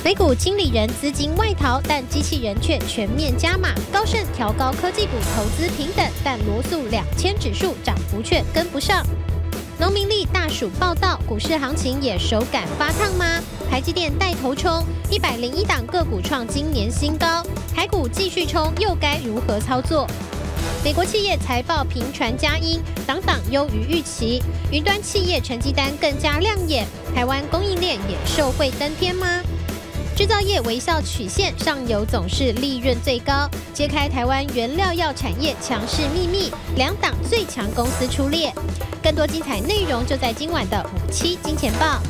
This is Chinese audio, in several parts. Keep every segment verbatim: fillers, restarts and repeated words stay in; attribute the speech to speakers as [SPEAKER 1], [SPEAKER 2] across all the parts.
[SPEAKER 1] 美股经理人资金外逃，但机器人却全面加码。高盛调高科技股投资平等，但罗素两千指数涨幅却跟不上。农民历大暑报道，股市行情也手感发烫吗？台积电带头冲，一百零一档个股创今年新高，台股继续冲，又该如何操作？美国企业财报频传佳音，档档优于预期，云端企业成绩单更加亮眼，台湾供应链也受惠登天吗？制造业微笑曲线上游总是利润最高，揭开台湾原料药产业强势秘密，两档最强公司出列。更多精彩内容就在今晚的五七金钱报。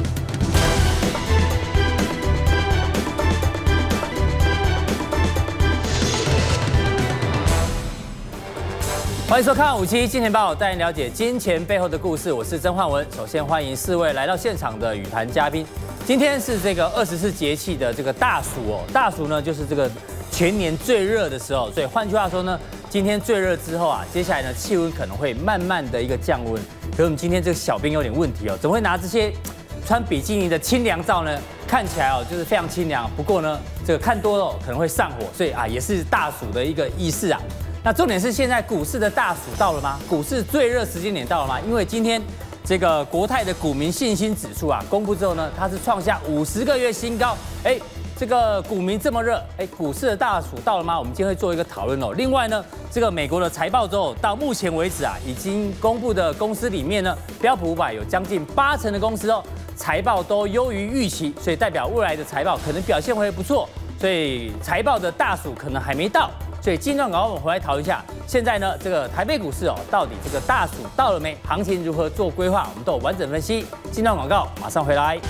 [SPEAKER 2] 欢迎收看五七金钱报，带您了解金钱背后的故事。我是曾焕文。首先欢迎四位来到现场的语坛嘉宾。今天是这个二十四节气的这个大暑哦，大暑呢就是这个全年最热的时候，所以换句话说呢，今天最热之后啊，接下来呢气温可能会慢慢的一个降温。可是我们今天这个小编有点问题哦，怎么会拿这些穿比基尼的清凉照呢？看起来哦就是非常清凉，不过呢这个看多了可能会上火，所以啊也是大暑的一个意思啊。那重点是现在股市的大暑到了吗？股市最热时间点到了吗？因为今天这个国泰的股民信心指数啊公布之后呢，它是创下五十个月新高。哎，这个股民这么热，哎，股市的大暑到了吗？我们今天会做一个讨论哦。另外呢，这个美国的财报之后，到目前为止啊，已经公布的公司里面呢，标普五百有将近八成的公司哦，财报都优于预期，所以代表未来的财报可能表现会不错。所以财报的大暑可能还没到。所以进段稿我们回来讨论一下，现在呢，这个台北股市哦，到底这个大暑到了没？行情如何做规划？我们都有完整分析。进段广告，马上回来。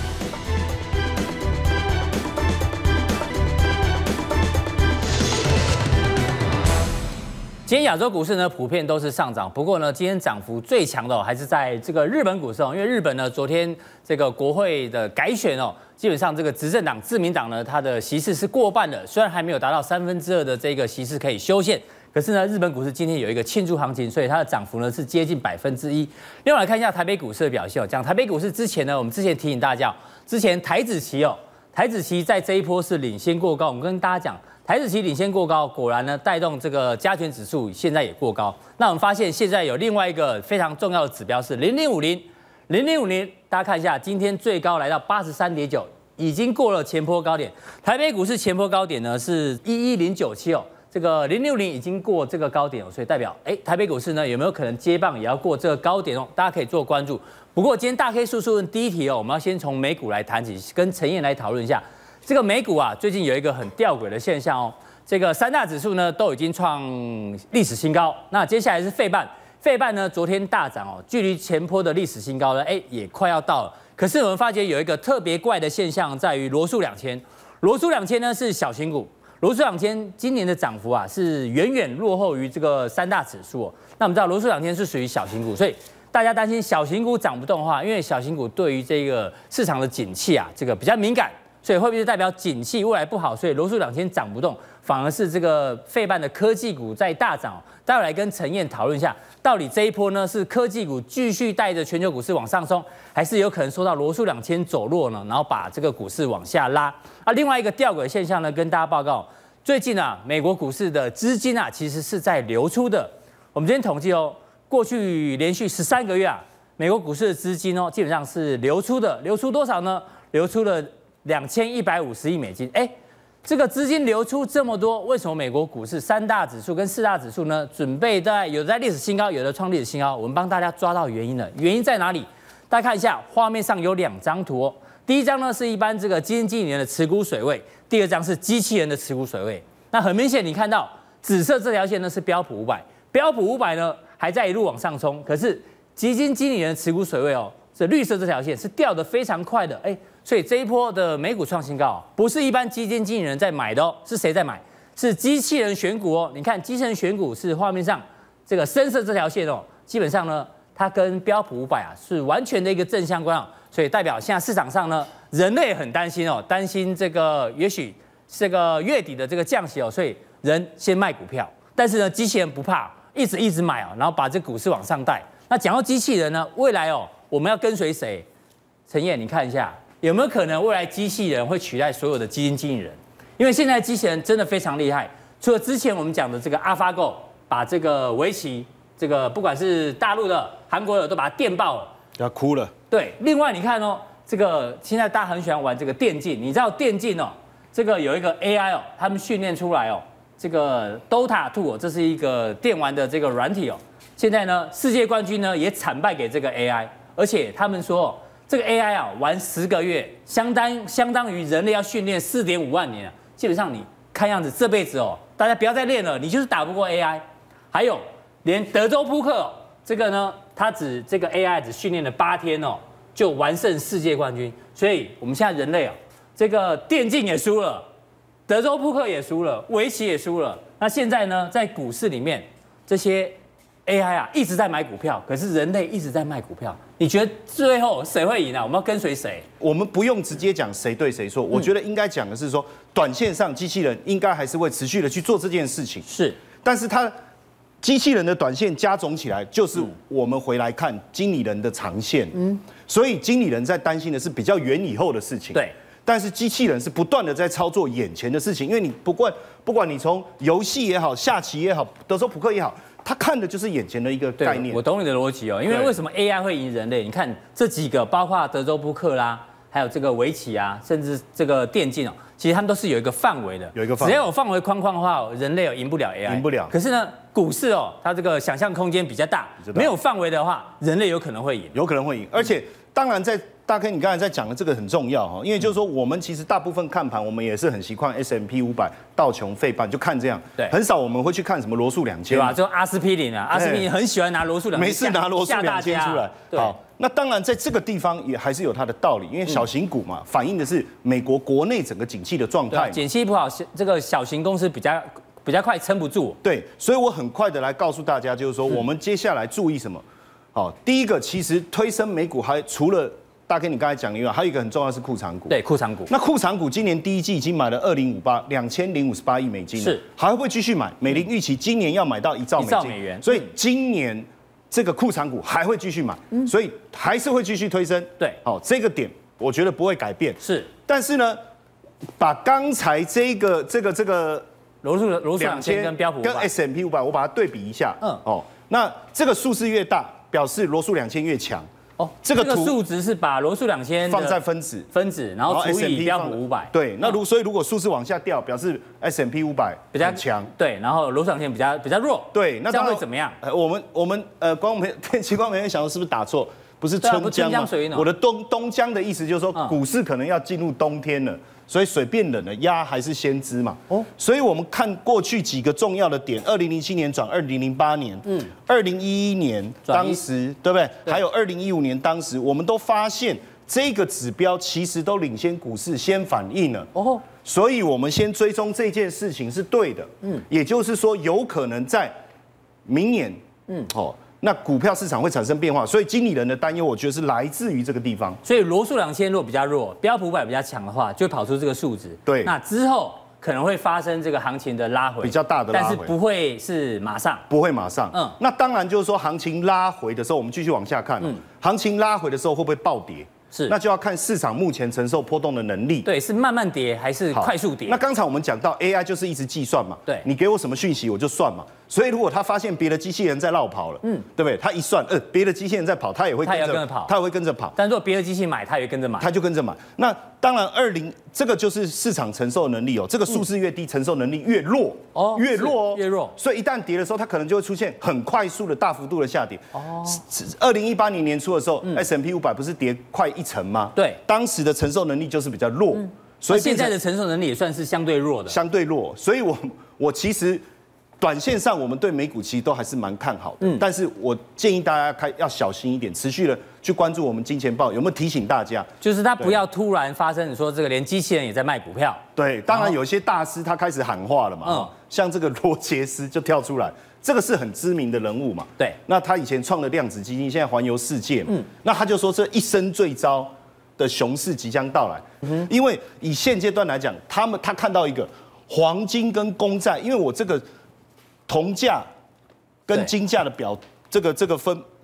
[SPEAKER 2] 今天亚洲股市呢，普遍都是上涨，不过呢，今天涨幅最强的、哦、还是在这个日本股市哦，因为日本呢，昨天这个国会的改选哦。基本上这个执政党自民党呢，它的席次是过半的，虽然还没有达到三分之二的这个席次可以修宪，可是呢，日本股市今天有一个庆祝行情，所以它的涨幅呢是接近百分之一。另外来看一下台北股市的表现哦，讲台北股市之前呢，我们之前提醒大家，之前台指期哦，台指期在这一波是领先过高，我们跟大家讲，台指期领先过高，果然呢带动这个加权指数现在也过高。那我们发现现在有另外一个非常重要的指标是零零五零。零零五零，大家看一下，今天最高来到八十三点九，已经过了前波高点。台北股市前波高点呢是一一零九七哦，这个零六零已经过这个高点哦，所以代表哎，台北股市呢有没有可能接棒也要过这个高点哦？大家可以做关注。不过今天大 K 数数问第一题哦，我们要先从美股来谈起，跟陈燕来讨论一下这个美股啊，最近有一个很吊诡的现象哦，这个三大指数呢都已经创历史新高，那接下来是费半。费半呢，昨天大涨哦，距离前波的历史新高呢，哎，也快要到了。可是我们发觉有一个特别怪的现象，在于罗素两千。罗素两千呢是小型股，罗素两千今年的涨幅啊是远远落后于这个三大指数哦。那我们知道罗素两千是属于小型股，所以大家担心小型股涨不动的话，因为小型股对于这个市场的景气啊，这个比较敏感，所以会不会代表景气未来不好？所以罗素两千涨不动，反而是这个费半的科技股在大涨。待会来跟陈燕讨论一下，到底这一波呢是科技股继续带着全球股市往上冲，还是有可能受到罗素两千走弱呢？然后把这个股市往下拉。啊，另外一个吊诡现象呢，跟大家报告，最近啊，美国股市的资金啊，其实是在流出的。我们今天统计哦，过去连续十三个月啊，美国股市的资金哦，基本上是流出的。流出多少呢？流出了两千一百五十亿美金。哎。这个资金流出这么多，为什么美国股市三大指数跟四大指数呢？准备在有的在历史新高，有的创历史新高。我们帮大家抓到原因了，原因在哪里？大家看一下，画面上有两张图哦。第一张呢是一般这个基金经理人的持股水位，第二张是机器人的持股水位。那很明显，你看到紫色这条线呢是标普五百，标普五百呢还在一路往上冲，可是基金经理人的持股水位哦，这绿色这条线是掉得非常快的，哎。所以这一波的美股创新高，不是一般基金经理人在买的哦，是谁在买？是机器人选股哦。你看机器人选股是画面上这个深色这条线哦，基本上呢，它跟标普五百啊是完全的一个正相关哦。所以代表现在市场上呢，人类很担心哦，担心这个也许这个月底的这个降息哦，所以人先卖股票，但是呢，机器人不怕，一直一直买哦，然后把这股市往上带。那讲到机器人呢，未来哦，我们要跟随谁？陈燕，你看一下， 有没有可能未来机器人会取代所有的基金经理人？因为现在机器人真的非常厉害，除了之前我们讲的这个 AlphaGo 把这个围棋，这个不管是大陆的、韩国的都把它电爆了，
[SPEAKER 3] 要哭了。
[SPEAKER 2] 对，另外你看哦，这个现在大家很喜欢玩这个电竞，你知道电竞哦，这个有一个 A I 哦，他们训练出来哦，这个 Dota 二哦，这是一个电玩的这个软体哦，现在呢世界冠军呢也惨败给这个 A I， 而且他们说、哦、这个 A I 啊玩十个月，相当相当于人类要训练四点五万年啊，基本上你看样子这辈子哦，大家不要再练了，你就是打不过 A I。还有连德州扑克、哦、这个呢，它只这个 A I 只训练了八天哦，就完胜世界冠军。所以我们现在人类啊，这个电竞也输了，德州扑克也输了，围棋也输了。那现在呢，在股市里面，这些 A I 啊一直在买股票，可是人类一直在卖股票。你觉得最后谁会赢啊？我们要跟随谁？
[SPEAKER 3] 我们不用直接讲谁对谁错，我觉得应该讲的是说，短线上机器人应该还是会持续的去做这件事情。
[SPEAKER 2] 是，
[SPEAKER 3] 但是它机器人的短线加总起来，就是我们回来看经理人的长线。嗯，所以经理人在担心的是比较远以后的事情。
[SPEAKER 2] 对。
[SPEAKER 3] 但是机器人是不断的在操作眼前的事情，因为你不管不管你从游戏也好、下棋也好、德州扑克也好，他看的就是眼前的一个概念。
[SPEAKER 2] 我懂你的逻辑哦，因为为什么 A I 会赢人类？你看这几个，包括德州扑克啦，还有这个围棋啊，甚至这个电竞哦，其实他们都是有一个范围的，
[SPEAKER 3] 有一个范围，
[SPEAKER 2] 只要有范围框框的话，人类哦赢不了 A I，
[SPEAKER 3] 赢不了。
[SPEAKER 2] 可是呢，股市哦，它这个想象空间比较大，没有范围的话，人类有可能会赢，
[SPEAKER 3] 有可能会赢。而且当然在大K，你刚才在讲的这个很重要哈，因为就是说我们其实大部分看盘，我们也是很习惯 S and P 五百、道琼、费半，就看这样，对，很少我们会去看什么罗素两千，
[SPEAKER 2] 对吧？就阿司匹林啊，阿司匹林很喜欢拿罗素两千，
[SPEAKER 3] 没事拿罗素两千出来。好，那当然在这个地方也还是有它的道理，因为小型股嘛，反映的是美国国内整个景气的状态，
[SPEAKER 2] 景气不好，这个小型公司比较比较快撑不住。
[SPEAKER 3] 对，所以我很快的来告诉大家，就是说我们接下来注意什么。好，第一个其实推升美股还除了大概你刚才讲的以外，还有一个很重要的是库藏股。
[SPEAKER 2] 对，库藏股。
[SPEAKER 3] 那库藏股今年第一季已经买了二零五八两千零五十八亿美金了，
[SPEAKER 2] 是
[SPEAKER 3] 还会继续买。美林预期今年要买到一兆美金，一兆美元。所以今年这个库藏股还会继续买，嗯、所以还是会继续推升。
[SPEAKER 2] 对，
[SPEAKER 3] 好，这个点我觉得不会改变。
[SPEAKER 2] 是，
[SPEAKER 3] 但是呢，把刚才这个这个这个
[SPEAKER 2] 罗素罗素两千跟标普
[SPEAKER 3] 跟 S and P 五百，我把它对比一下。嗯，哦，那这个数字越大，表示罗素两千越强。
[SPEAKER 2] 哦，这个数值是把罗素两千
[SPEAKER 3] 放在分子，
[SPEAKER 2] 分子，然后除以标普五百。
[SPEAKER 3] 对，那如所以如果数字往下掉，表示 S and P 五百比较强。
[SPEAKER 2] 对，然后罗素两千比较比较弱。
[SPEAKER 3] 对，那
[SPEAKER 2] 这样会怎么样？
[SPEAKER 3] 呃，我们我们呃，光媒天气光媒会想说是不是打错？不是春江吗？我的东东江的意思就是说，股市可能要进入冬天了。所以水变冷了，鸭还是先知嘛。哦，所以我们看过去几个重要的点，二零零七年转二零零八年，嗯，二零一一年当时对不对？还有二零一五年当时，我们都发现这个指标其实都领先股市先反应了。哦，所以我们先追踪这件事情是对的。嗯，也就是说，有可能在明年，嗯，哦。那股票市场会产生变化，所以经理人的担忧，我觉得是来自于这个地方。
[SPEAKER 2] 所以罗素两千如果比较弱，标普五百比较强的话，就会跑出这个数值。
[SPEAKER 3] 对，
[SPEAKER 2] 那之后可能会发生这个行情的拉回，
[SPEAKER 3] 比较大的拉回，
[SPEAKER 2] 但是不会是马上，
[SPEAKER 3] 不会马上。嗯，那当然就是说，行情拉回的时候，我们继续往下看。嗯，行情拉回的时候会不会暴跌？
[SPEAKER 2] 是，
[SPEAKER 3] 那就要看市场目前承受波动的能力。
[SPEAKER 2] 对，是慢慢跌还是快速跌？
[SPEAKER 3] 那刚才我们讲到 A I 就是一直计算嘛，
[SPEAKER 2] 对，
[SPEAKER 3] 你给我什么讯息我就算嘛。所以如果他发现别的机器人在绕跑了，嗯，对不对？他一算，呃，别的机器人在跑，他也会跟着跑，他也会跟着跑。
[SPEAKER 2] 但如果别的机器买，他也跟着买，
[SPEAKER 3] 他就跟着买。那当然，二零这个就是市场承受能力哦，这个数字越低，承受能力越弱哦，越弱哦，
[SPEAKER 2] 越弱。
[SPEAKER 3] 所以一旦跌的时候，它可能就会出现很快速的大幅度的下跌。哦，二零一八年年初的时候 ，S and P 五百不是跌快一成吗？
[SPEAKER 2] 对，
[SPEAKER 3] 当时的承受能力就是比较弱，
[SPEAKER 2] 所以现在的承受能力也算是相对弱的，
[SPEAKER 3] 相对弱。所以我我其实。短线上，我们对美股其实都还是蛮看好的，嗯，但是我建议大家开要小心一点，持续的去关注我们金钱豹有没有提醒大家，
[SPEAKER 2] 就是它不要突然发生，你说这个连机器人也在卖股票，
[SPEAKER 3] 对，当然有一些大师他开始喊话了嘛，嗯，像这个罗杰斯就跳出来，这个是很知名的人物嘛，
[SPEAKER 2] 对，
[SPEAKER 3] 那他以前创了量子基金，现在环游世界嘛，嗯，那他就说这一生最糟的熊市即将到来，嗯，因为以现阶段来讲，他们他看到一个黄金跟公债，因为我这个。铜价跟金价的表，这个这个分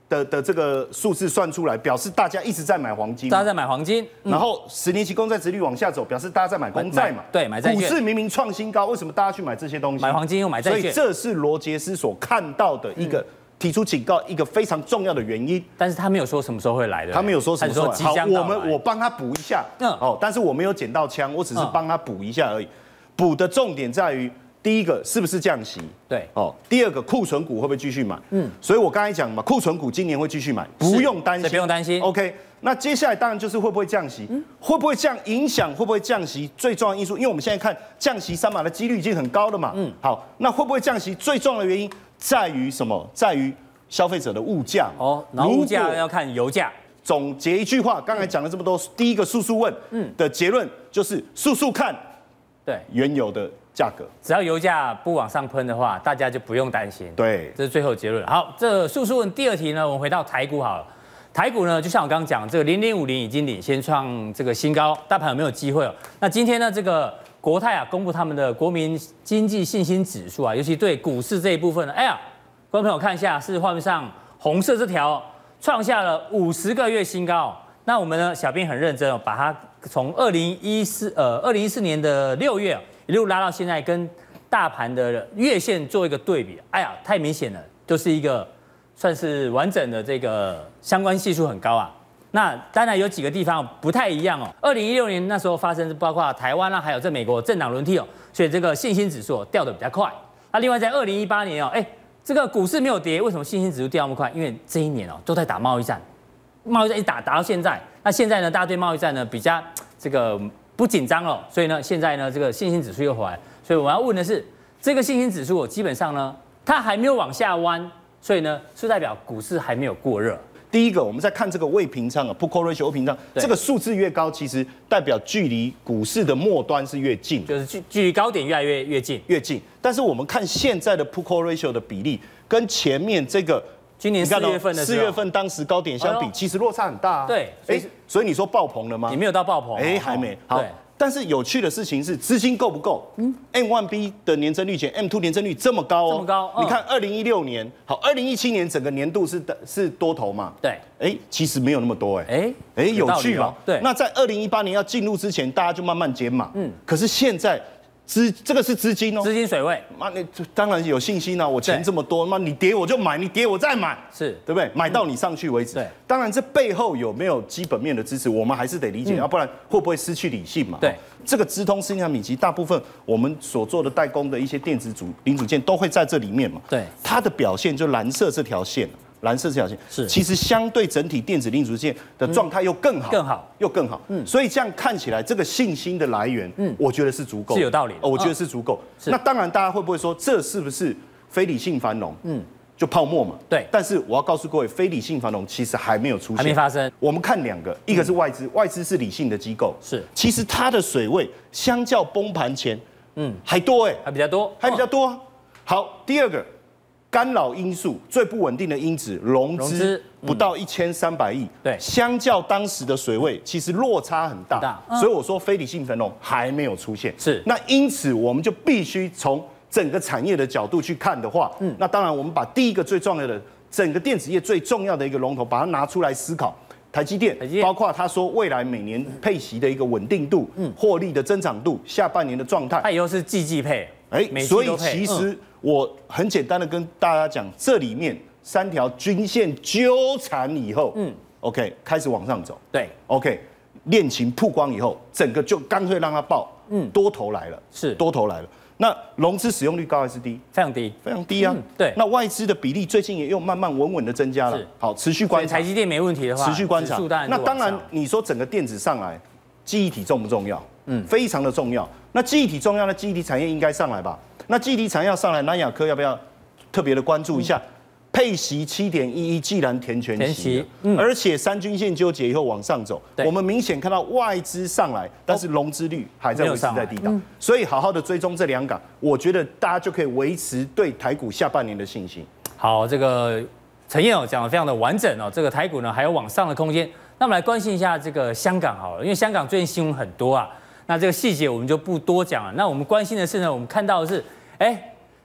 [SPEAKER 3] 的的这个数字算出来，表示大家一直在买黄金，
[SPEAKER 2] 大家在买黄金，
[SPEAKER 3] 嗯、然后十年期公债殖率往下走，表示大家在买公债嘛，
[SPEAKER 2] 对，买债券。
[SPEAKER 3] 股市明明创新高，为什么大家去买这些东西？
[SPEAKER 2] 买黄金又买债券，
[SPEAKER 3] 所以这是罗杰斯所看到的一个。嗯提出警告一个非常重要的原因，
[SPEAKER 2] 但是他没有说什么时候会来的，
[SPEAKER 3] 他没有说什么时候
[SPEAKER 2] 即将到来。
[SPEAKER 3] 好，我们我帮他补一下，嗯，哦，但是我没有捡到枪，我只是帮他补一下而已。补的重点在于，第一个是不是降息？
[SPEAKER 2] 对，
[SPEAKER 3] 哦，第二个库存股会不会继续买？嗯，所以我刚才讲嘛，库存股今年会继续买，不用担心，
[SPEAKER 2] 不用担心。
[SPEAKER 3] OK， 那接下来当然就是会不会降息，嗯、会不会降影响会不会降息最重要的因素，因为我们现在看降息三码的几率已经很高了嘛，嗯，好，那会不会降息最重要的原因在于什么？在于消费者的物价
[SPEAKER 2] 哦，然后物价要看油价。
[SPEAKER 3] 总结一句话，刚才讲了这么多，第一个速速问，嗯的结论就是速速看，
[SPEAKER 2] 对
[SPEAKER 3] 原油的价格，
[SPEAKER 2] 只要油价不往上喷的话，大家就不用担心。
[SPEAKER 3] 对，
[SPEAKER 2] 这是最后结论。好，这速速问第二题呢，我们回到台股好了。台股呢，就像我刚刚讲，这个零零五零已经领先创这个新高，大盘有没有机会哦？那今天呢，这个国泰啊公布他们的国民经济信心指数啊，尤其对股市这一部分呢，哎呀。观众朋友看一下，是画面上红色这条创下了五十个月新高。那我们呢，小编很认真哦，把它从二零一四呃二零一四年的六月一路拉到现在，跟大盘的月线做一个对比。哎呀，太明显了，就是一个算是完整的这个相关系数很高啊。那当然有几个地方不太一样哦。二零一六年那时候发生，包括台湾啦，还有在美国政党轮替哦，所以这个信心指数掉得比较快。那另外在二零一八年哦，哎。这个股市没有跌，为什么信心指数掉那么快？因为这一年哦都在打贸易战，贸易战一打打到现在，那现在呢，大家对贸易战呢比较这个不紧张了，所以呢，现在呢这个信心指数又回来，所以我要问的是，这个信心指数基本上呢它还没有往下弯，所以呢是代表股市还没有过热。
[SPEAKER 3] 第一个，我们在看这个未平仓啊 ，put call ratio 未平仓，这个数字越高，其实代表距离股市的末端是越近，
[SPEAKER 2] 就是距距离高点越来越越近，
[SPEAKER 3] 越近。但是我们看现在的 put call ratio 的比例，跟前面这个
[SPEAKER 2] 今年四月份的
[SPEAKER 3] 四月份当时高点相比，
[SPEAKER 2] 哎、
[SPEAKER 3] 其实落差很大啊。
[SPEAKER 2] 对，
[SPEAKER 3] 哎，所以你说爆棚了吗？
[SPEAKER 2] 你没有到爆棚，
[SPEAKER 3] 哎，还没。好。但是有趣的事情是，资金够不够？嗯 ，M 一 B 的年增率前 M 二 年增率这么高哦，
[SPEAKER 2] 这么高。
[SPEAKER 3] 嗯、你看二零一六年，好，二零一七年整个年度是是多头嘛？
[SPEAKER 2] 对。
[SPEAKER 3] 哎，其实没有那么多哎。
[SPEAKER 2] 哎
[SPEAKER 3] 哎，有趣嘛？
[SPEAKER 2] 对。
[SPEAKER 3] 那在二零一八年要进入之前，大家就慢慢减码。嗯。可是现在资这个是资金哦，
[SPEAKER 2] 资金水位。
[SPEAKER 3] 妈，你当然有信心啊！我钱这么多，妈你跌我就买，你跌我再买，
[SPEAKER 2] 是
[SPEAKER 3] 对不对？买到你上去为止。
[SPEAKER 2] 对。
[SPEAKER 3] 当然这背后有没有基本面的支持，我们还是得理解，要不然会不会失去理性嘛？
[SPEAKER 2] 对。
[SPEAKER 3] 这个资通、生产米其大部分我们所做的代工的一些电子组零组件都会在这里面嘛？
[SPEAKER 2] 对。
[SPEAKER 3] 它的表现就蓝色这条线。蓝色这条线
[SPEAKER 2] 是，
[SPEAKER 3] 其实相对整体电子零组件的状态又更好，
[SPEAKER 2] 更好，
[SPEAKER 3] 又更好。嗯，所以这样看起来，这个信心的来源，嗯，我觉得是足够，
[SPEAKER 2] 是有道理。
[SPEAKER 3] 哦，我觉得是足够。那当然，大家会不会说这是不是非理性繁荣？嗯，就泡沫嘛。
[SPEAKER 2] 对。
[SPEAKER 3] 但是我要告诉各位，非理性繁荣其实还没有出现，
[SPEAKER 2] 还没发生。
[SPEAKER 3] 我们看两个，一个是外资，外资是理性的机构，
[SPEAKER 2] 是。
[SPEAKER 3] 其实它的水位相较崩盘前，嗯，还多哎，
[SPEAKER 2] 还比较多，
[SPEAKER 3] 还比较多啊。好，第二个。干扰因素最不稳定的因子，融资不到一千三百亿，
[SPEAKER 2] 对，
[SPEAKER 3] 相较当时的水位，其实落差很大，
[SPEAKER 2] 大
[SPEAKER 3] 所以我说非理性繁荣还没有出现，
[SPEAKER 2] 是。
[SPEAKER 3] 那因此我们就必须从整个产业的角度去看的话，嗯，那当然我们把第一个最重要的整个电子业最重要的一个龙头，把它拿出来思考。台积电，包括他说未来每年配息的一个稳定度，嗯，获利的增长度，下半年的状态，
[SPEAKER 2] 它以后是季季配，
[SPEAKER 3] 哎，所以其实。我很简单的跟大家讲，这里面三条均线纠缠以后，嗯 ，OK， 开始往上走，
[SPEAKER 2] 对
[SPEAKER 3] ，OK， 恋情曝光以后，整个就干脆让它爆，嗯，多头来了，
[SPEAKER 2] 是
[SPEAKER 3] 多头来了。那融资使用率高还是低？
[SPEAKER 2] 非常低，
[SPEAKER 3] 非常低啊。
[SPEAKER 2] 嗯、对，
[SPEAKER 3] 那外资的比例最近也又慢慢稳稳的增加了，好，持续观察。
[SPEAKER 2] 台积电没问题的话，
[SPEAKER 3] 持续观察。那当然，你说整个电子上来，记忆体重不重要？嗯，非常的重要。那记忆体重要，那记忆体产业应该上来吧？那记忆体产业要上来，南亚科要不要特别的关注一下？嗯、配息七点一一，既然填全息，嗯、而且三均线纠结以后往上走，我们明显看到外资上来，但是融资率还在维持在低档，嗯、所以好好的追踪这两港，我觉得大家就可以维持对台股下半年的信心。
[SPEAKER 2] 好，这个陈燕哦讲的非常的完整哦，这个台股呢还有往上的空间。那我们来关心一下这个香港好了，因为香港最近新闻很多啊。那这个细节我们就不多讲了。那我们关心的是呢，我们看到的是，哎，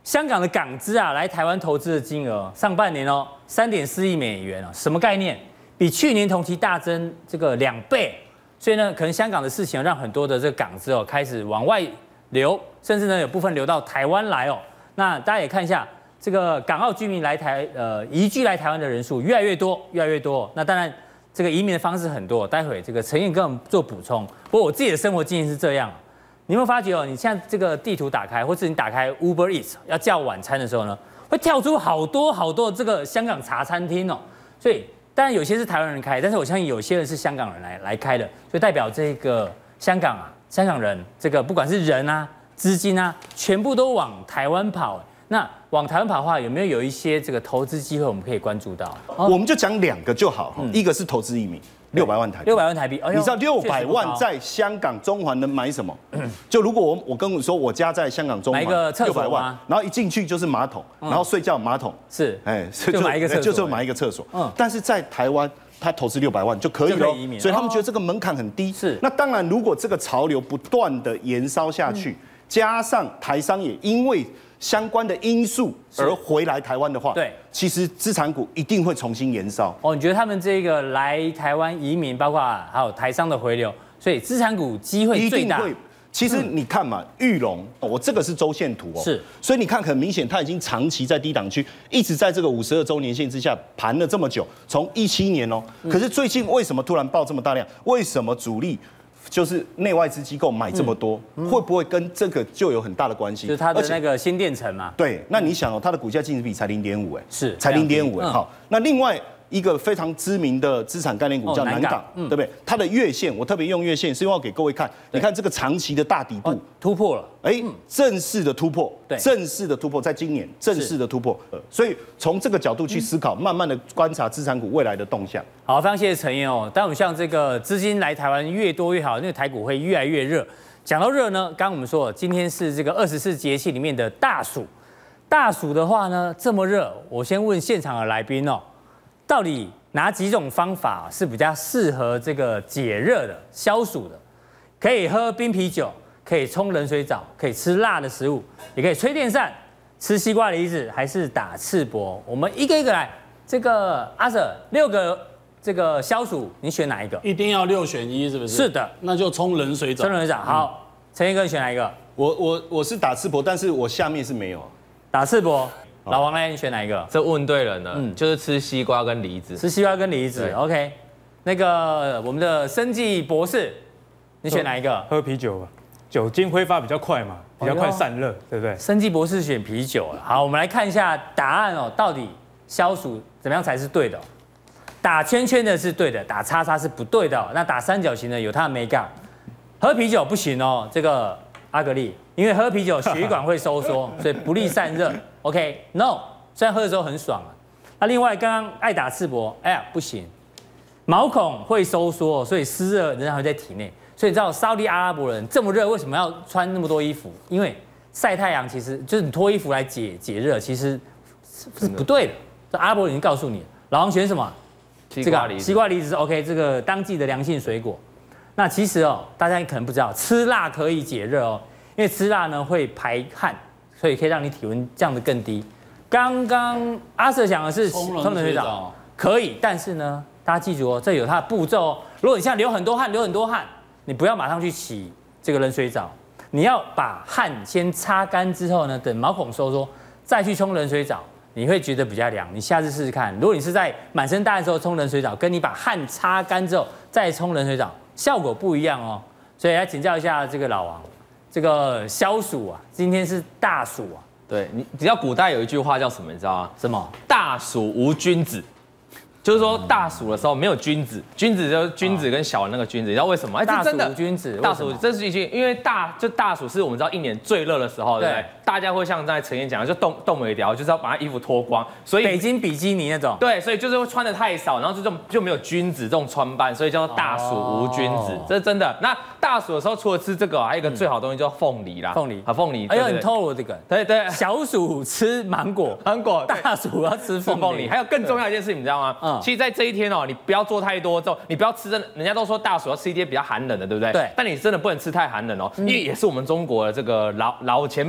[SPEAKER 2] 香港的港资啊来台湾投资的金额，上半年哦三点四亿美元哦，什么概念？比去年同期大增这个两倍。所以呢，可能香港的事情让很多的这个港资哦开始往外流，甚至呢有部分流到台湾来哦。那大家也看一下，这个港澳居民来台呃移居来台湾的人数越来越多，越来越多。那当然，这个移民的方式很多，待会这个陈燕跟我们做补充。不过我自己的生活经验是这样。你有没有发觉哦？你现在这个地图打开，或是你打开 Uber Eats 要叫晚餐的时候呢，会跳出好多好多这个香港茶餐厅哦。所以当然有些是台湾人开，但是我相信有些人是香港人来来开的，所以代表这个香港啊，香港人这个不管是人啊、资金啊，全部都往台湾跑。那往台湾跑的话，有没有有一些这个投资机会我们可以关注到？
[SPEAKER 3] 我们就讲两个就好，一个是投资移民。六百万台币，
[SPEAKER 2] 六百万台币，
[SPEAKER 3] 你知道六百万在香港中环能买什么？就如果我我跟你说，我家在香港中环，
[SPEAKER 2] 买一个厕所吗？
[SPEAKER 3] 然后一进去就是马桶，然后睡觉马桶
[SPEAKER 2] 是，
[SPEAKER 3] 哎，
[SPEAKER 2] 就买一个厕所，
[SPEAKER 3] 就是买一个厕所。嗯，但是在台湾，他投资六百万就可以了，所以他们觉得这个门槛很低。
[SPEAKER 2] 是，
[SPEAKER 3] 那当然，如果这个潮流不断的延烧下去，加上台商也因为相关的因素而回来台湾的话，
[SPEAKER 2] 对，
[SPEAKER 3] 其实资产股一定会重新延烧。
[SPEAKER 2] 哦，你觉得他们这个来台湾移民，包括还有台商的回流，所以资产股机会最大。
[SPEAKER 3] 其实你看嘛，裕隆，我这个是周线图哦，
[SPEAKER 2] 是，
[SPEAKER 3] 所以你看很明显，它已经长期在低档区，一直在这个五十二周年线之下盘了这么久，从一七年哦，可是最近为什么突然爆这么大量？为什么主力？就是内外资机构买这么多，嗯、会不会跟这个就有很大的关系？
[SPEAKER 2] 就是它的那个新店城嘛。
[SPEAKER 3] 对，那你想哦，它的股价净值比才零点五，哎，
[SPEAKER 2] 是
[SPEAKER 3] 才零点五，哎，好，那另外一个非常知名的资产概念股叫南港，对不对？它的月线，我特别用月线，是因为要给各位看，你看这个长期的大底部
[SPEAKER 2] 突破了，
[SPEAKER 3] 哎，正式的突破，
[SPEAKER 2] 对，
[SPEAKER 3] 正式的突破，在今年正式的突破，所以从这个角度去思考，慢慢的观察资产股未来的动向。
[SPEAKER 2] 好，非常谢谢陈燕哦。但我们像这个资金来台湾越多越好，那个台股会越来越热。讲到热呢，刚刚我们说今天是这个二十四节气里面的大暑，大暑的话呢这么热，我先问现场的来宾哦。到底哪几种方法是比较适合这个解热的、消暑的？可以喝冰啤酒，可以冲冷水澡，可以吃辣的食物，也可以吹电扇、吃西瓜梨子，还是打赤膊？我们一个一个来。这个阿 Sir 六个这个消暑，你选哪一个？
[SPEAKER 4] 一定要六选一，是不是？
[SPEAKER 2] 是的，
[SPEAKER 4] 那就冲冷水澡。
[SPEAKER 2] 冲冷水澡，好。陈彦哥，你选哪一个？
[SPEAKER 3] 我我我是打赤膊，但是我下面是没有
[SPEAKER 2] 打赤膊。老王呢？你选哪一个？
[SPEAKER 5] 这问对人了，嗯，就是吃西瓜跟梨子。
[SPEAKER 2] 吃西瓜跟梨子 ，OK。那个我们的生技博士，你选哪一个？
[SPEAKER 6] 喝啤酒吧，酒精挥发比较快嘛，比较快散热，对不对？
[SPEAKER 2] 生技博士选啤酒了。好，我们来看一下答案哦，到底消暑怎么样才是对的？打圈圈的是对的，打叉叉是不对的。那打三角形的有它的美感。喝啤酒不行哦，这个阿格力，因为喝啤酒血管会收缩，所以不利散热。OK，No， 虽然喝的时候很爽啊。那另外刚刚爱打赤膊，哎呀不行，毛孔会收缩，所以湿热仍然会在体内。所以你知道沙特阿拉伯人这么热，为什么要穿那么多衣服？因为晒太阳其实就是你脱衣服来解解热，其实是不对的。这阿拉伯人已经告诉你了。老王选什么？
[SPEAKER 5] 西瓜梨子。
[SPEAKER 2] 西瓜梨子是 OK， 这个当季的良性水果。那其实哦，大家可能不知道，吃辣可以解热哦，因为吃辣呢会排汗。所以可以让你体温降得更低。刚刚阿 Sir 讲的是
[SPEAKER 4] 冲冷水澡，
[SPEAKER 2] 可以，但是呢，大家记住哦，这有它的步骤哦。如果你现在流很多汗，流很多汗，你不要马上去洗这个冷水澡，你要把汗先擦干之后呢，等毛孔收缩再去冲冷水澡，你会觉得比较凉。你下次试试看，如果你是在满身大汗的时候冲冷水澡，跟你把汗擦干之后再冲冷水澡，效果不一样哦。所以来请教一下这个老王。这个消暑啊，今天是大暑啊。
[SPEAKER 5] 对你，只要古代有一句话叫什么，你知道吗？
[SPEAKER 2] 什么？
[SPEAKER 5] 大暑无君子，就是说大暑的时候没有君子，君子就是君子跟小的那个君子，你知道为什么？哎，
[SPEAKER 2] 大暑无君子，
[SPEAKER 5] 大暑这是一句，因为大就大暑是我们知道一年最热的时候，对不对？大家会像在陈燕讲的，就冻冻尾条，就是要把他衣服脱光，所以
[SPEAKER 2] 北京比基尼那种。
[SPEAKER 5] 对，所以就是会穿的太少，然后这种就没有君子这种穿扮，所以叫做大暑无君子，这是真的。那大暑的时候，除了吃这个，还有一个最好的东西叫凤梨啦，
[SPEAKER 2] 凤梨
[SPEAKER 5] 啊，凤梨。
[SPEAKER 2] 哎呦，你透露这个。
[SPEAKER 5] 对对。
[SPEAKER 2] 小暑吃芒果，
[SPEAKER 5] 芒果；
[SPEAKER 2] 大暑要吃凤梨。
[SPEAKER 5] 还有更重要一件事情，你知道吗？嗯。其实，在这一天哦，你不要做太多，之后你不要吃真的，人家都说大暑要吃一些比较寒冷的，对不对？
[SPEAKER 2] 对。
[SPEAKER 5] 但你真的不能吃太寒冷哦，因为也是我们中国的这个老老前辈讲过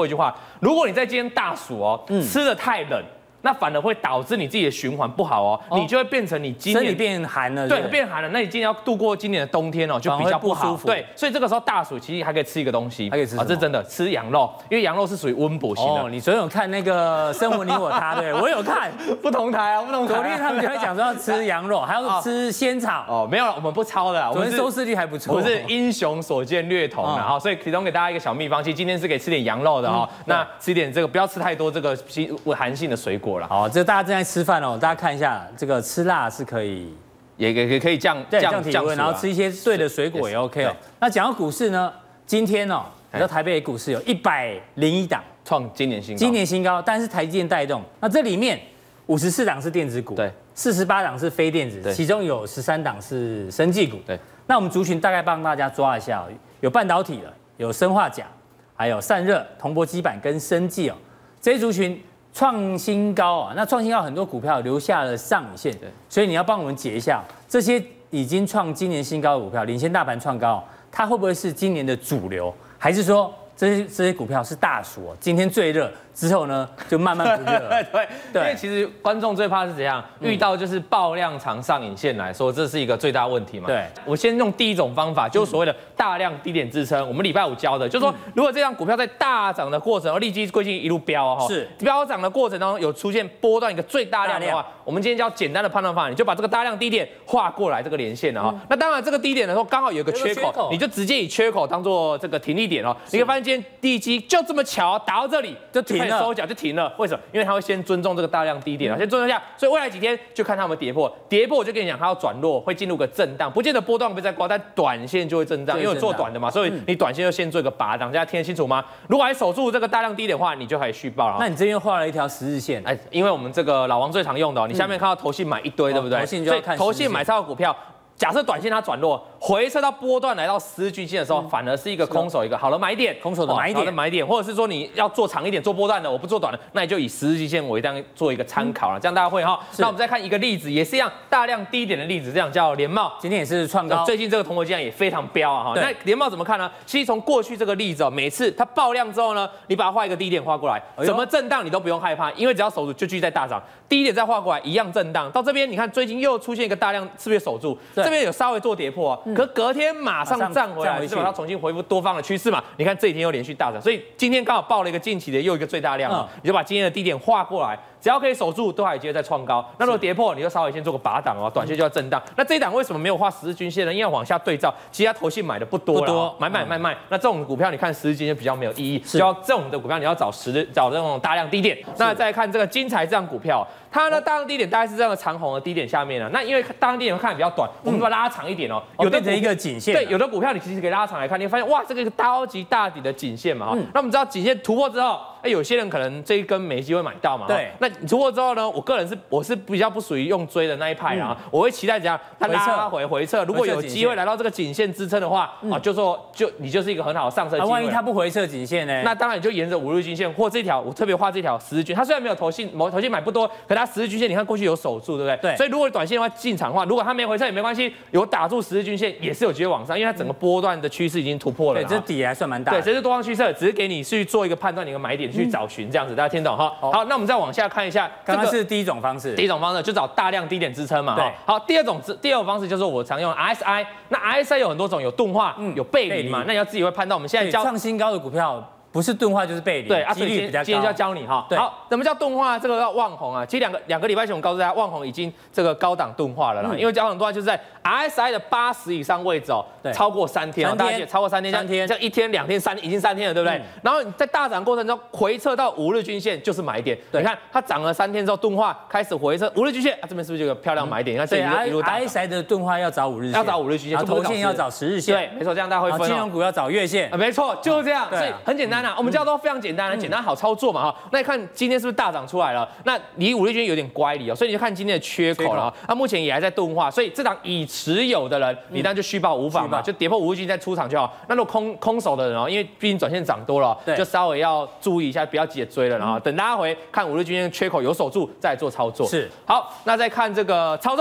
[SPEAKER 5] 过一句话，如果你在今天大暑哦，吃的太冷。那反而会导致你自己的循环不好哦，哦你就会变成你今年
[SPEAKER 2] 身体变寒了，
[SPEAKER 5] 对，变寒了。那你今年要度过今年的冬天哦，就比较不好。不对，所以这个时候大暑其实还可以吃一个东西，
[SPEAKER 2] 还可以吃啊，
[SPEAKER 5] 这真的吃羊肉，因为羊肉是属于温补型的。
[SPEAKER 2] 哦，你昨天有看那个《生活你我他》对，我有看，
[SPEAKER 5] 不同台啊，不同台。
[SPEAKER 2] 昨天他们就会讲说要吃羊肉，还要吃仙草。
[SPEAKER 5] 哦，没有了，我们不抄的，
[SPEAKER 2] 昨天收视率还不错。
[SPEAKER 5] 我是英雄所见略同的哈，所以提供给大家一个小秘方，其实今天是可以吃点羊肉的哈，那吃点这个不要吃太多这个寒性的水果了。
[SPEAKER 2] 好，这大家在吃饭哦，大家看一下，这个吃辣是可以，
[SPEAKER 5] 也也可以降降
[SPEAKER 2] 体温，然后吃一些对的水果也 OK 哦。那讲到股市呢，今天哦，你知道台北股市有一百零一档
[SPEAKER 5] 创今年新高，
[SPEAKER 2] 今年新高，但是台积电带动。那这里面五十四档是电子股，
[SPEAKER 5] 对，
[SPEAKER 2] 四十八档是非电子，其中有十三档是生技股，
[SPEAKER 5] 对。
[SPEAKER 2] 那我们族群大概帮大家抓一下哦，有半导体的，有砷化钾，还有散热、铜箔基板跟生技哦，这些族群。创新高啊！那创新高很多股票留下了上影线，所以你要帮我们解一下这些已经创今年新高的股票，领先大盘创高，它会不会是今年的主流，还是说这些这些股票是大暑，今天最热？之后呢，就慢慢不热了。
[SPEAKER 5] 对，因为其实观众最怕是怎样？遇到就是爆量长上影线来说，这是一个最大问题嘛。
[SPEAKER 2] 对，
[SPEAKER 5] 我先用第一种方法，就是所谓的大量低点支撑。我们礼拜五教的，就是说，如果这张股票在大涨的过程，而利基最近一路飙哈，
[SPEAKER 2] 是
[SPEAKER 5] 飙涨的过程当中有出现波段一个最大量的话，我们今天教简单的判断方法，你就把这个大量低点画过来这个连线了哈。那当然这个低点的时候刚好有一个缺口，你就直接以缺口当做这个停利点哦。你会发现今天利基就这么巧打到这里
[SPEAKER 2] 就停了，
[SPEAKER 5] 收脚就停了。为什么？因为它会先尊重这个大量低点啊，先尊重一下，所以未来几天就看它们跌破，跌破我就跟你讲，它要转弱，会进入个震荡，不见得波段会再高，但短线就会震荡，因为我做短的嘛，所以你短线就先做一个拔档，大家听得清楚吗？如果还守住这个大量低点的话，你就可以续报了。
[SPEAKER 2] 那你这边画了一条十日线，
[SPEAKER 5] 哎，因为我们这个老王最常用的，你下面看到投信买一堆，对不对？
[SPEAKER 2] 投信就要看
[SPEAKER 5] 投信买超的股票。假设短线它转弱，回撤到波段来到十日均线的时候，反而是一个空手一个好的买点，
[SPEAKER 2] 空手的买点，
[SPEAKER 5] 好的买点，或者是说你要做长一点做波段的，我不做短的，那你就以十日均线我一定做一个参考了，这样大家会哈。那我们再看一个例子，也是一样大量低点的例子，这样叫联茂，
[SPEAKER 2] 今天也是创高，
[SPEAKER 5] 最近这个铜箔基板也非常飙啊哈。那联茂怎么看呢？其实从过去这个例子哦，每次它爆量之后呢，你把它画一个低点画过来，怎么震荡你都不用害怕，因为只要守住就继续在大涨，低点再画过来一样震荡。到这边你看最近又出现一个大量，是不是守住？这边有稍微做跌。跌破、啊，可隔天马上站回来，是把它重新恢复多方的趋势嘛？你看这几天又连续大涨，所以今天刚好报了一个近期的又一个最大量、嗯，你就把今天的低点画过来，只要可以守住，都还有机会再创高。那如果跌破，你就稍微先做个拔档哦，短线就要震荡。那这一档为什么没有画十日均线呢？因为往下对照，其他投信买的不多了，多买买卖卖。那这种股票你看十日均线比较没有意义，就要这种的股票你要找十日找这种大量低点。那再看这个精彩这张股票。它呢，大量低点大概是这样的长红的低点下面了。那因为大量低点看比较短，我们把它拉长一点哦。
[SPEAKER 2] 有的变成一个颈线。
[SPEAKER 5] 对，有的股票你其实可以拉长来看，你会发现哇，这个超级大底的颈线嘛哈。那我们知道颈线突破之后，哎，有些人可能这一根没机会买到嘛。
[SPEAKER 2] 对。
[SPEAKER 5] 那突破之后呢，我个人是我是比较不属于用追的那一派啊，我会期待怎样？它拉回回撤，如果有机会来到这个颈线支撑的话，啊，就说就你就是一个很好的上车机会。
[SPEAKER 2] 万一它不回撤颈线呢？
[SPEAKER 5] 那当然你就沿着五日均线或这条，我特别画这条十日均，它虽然没有投信，某投信买不多，可它十日均线你看过去。有守住，对不对？
[SPEAKER 2] 对。
[SPEAKER 5] 所以如果短线的话进场的话，如果它没回撤也没关系，有打住十日均线也是有机会往上，因为它整个波段的趋势已经突破了。
[SPEAKER 2] 对，这底还算蛮大。
[SPEAKER 5] 对，这是多方趋势，只是给你去做一个判断，你的买点去找寻这样子，大家听懂哈？好，那我们再往下看一下，
[SPEAKER 2] 刚刚是第一种方式，
[SPEAKER 5] 第一种方式就找大量低点支撑嘛。
[SPEAKER 2] 对。
[SPEAKER 5] 好，第二种第二种方式就是我常用 R S I， 那 R S I 有很多种，有钝化，有背离嘛，那你要自己会判断。我们现在教
[SPEAKER 2] 创新高的股票。不是钝化就是背离，
[SPEAKER 5] 对啊，
[SPEAKER 2] 几率比较高。
[SPEAKER 5] 今天就要教你哈。好，什么叫钝化？这个叫旺红啊。其实两个两个礼拜前我告诉大家，旺红已经这个高档钝化了啦。因为高档钝化就是在 R S I 的八十以上位置哦，超过三天，大家超过三天，
[SPEAKER 2] 三天，
[SPEAKER 5] 像一天、两天、三已经三天了，对不对？然后你在大涨过程中回撤到五日均线就是买点。你看它涨了三天之后钝化开始回撤五日均线，啊这边是不是就有个漂亮买点？你看这一路大涨。
[SPEAKER 2] R S I 的钝化要找五日线，
[SPEAKER 5] 要找五日均线，
[SPEAKER 2] 头线要找十日线，
[SPEAKER 5] 对，没错，这样大家会分。
[SPEAKER 2] 金融股要找月线，
[SPEAKER 5] 没错，就是这样。所以很简单啊，我们教都非常简单，简单好操作嘛哈。那你看今天是不是大涨出来了？那离五日均线有点乖离哦，所以你就看今天的缺口了。那目前也还在钝化，所以这档已持有的人，你当然就续报无妨嘛，就跌破五日均再出场就好。那如果空空手的人哦，因为毕竟短线涨多了，就稍微要注意一下，不要急着追了，然后等拉回看五日均线缺口有守住再做操作。
[SPEAKER 2] 是好，
[SPEAKER 5] 那再看这个操纵。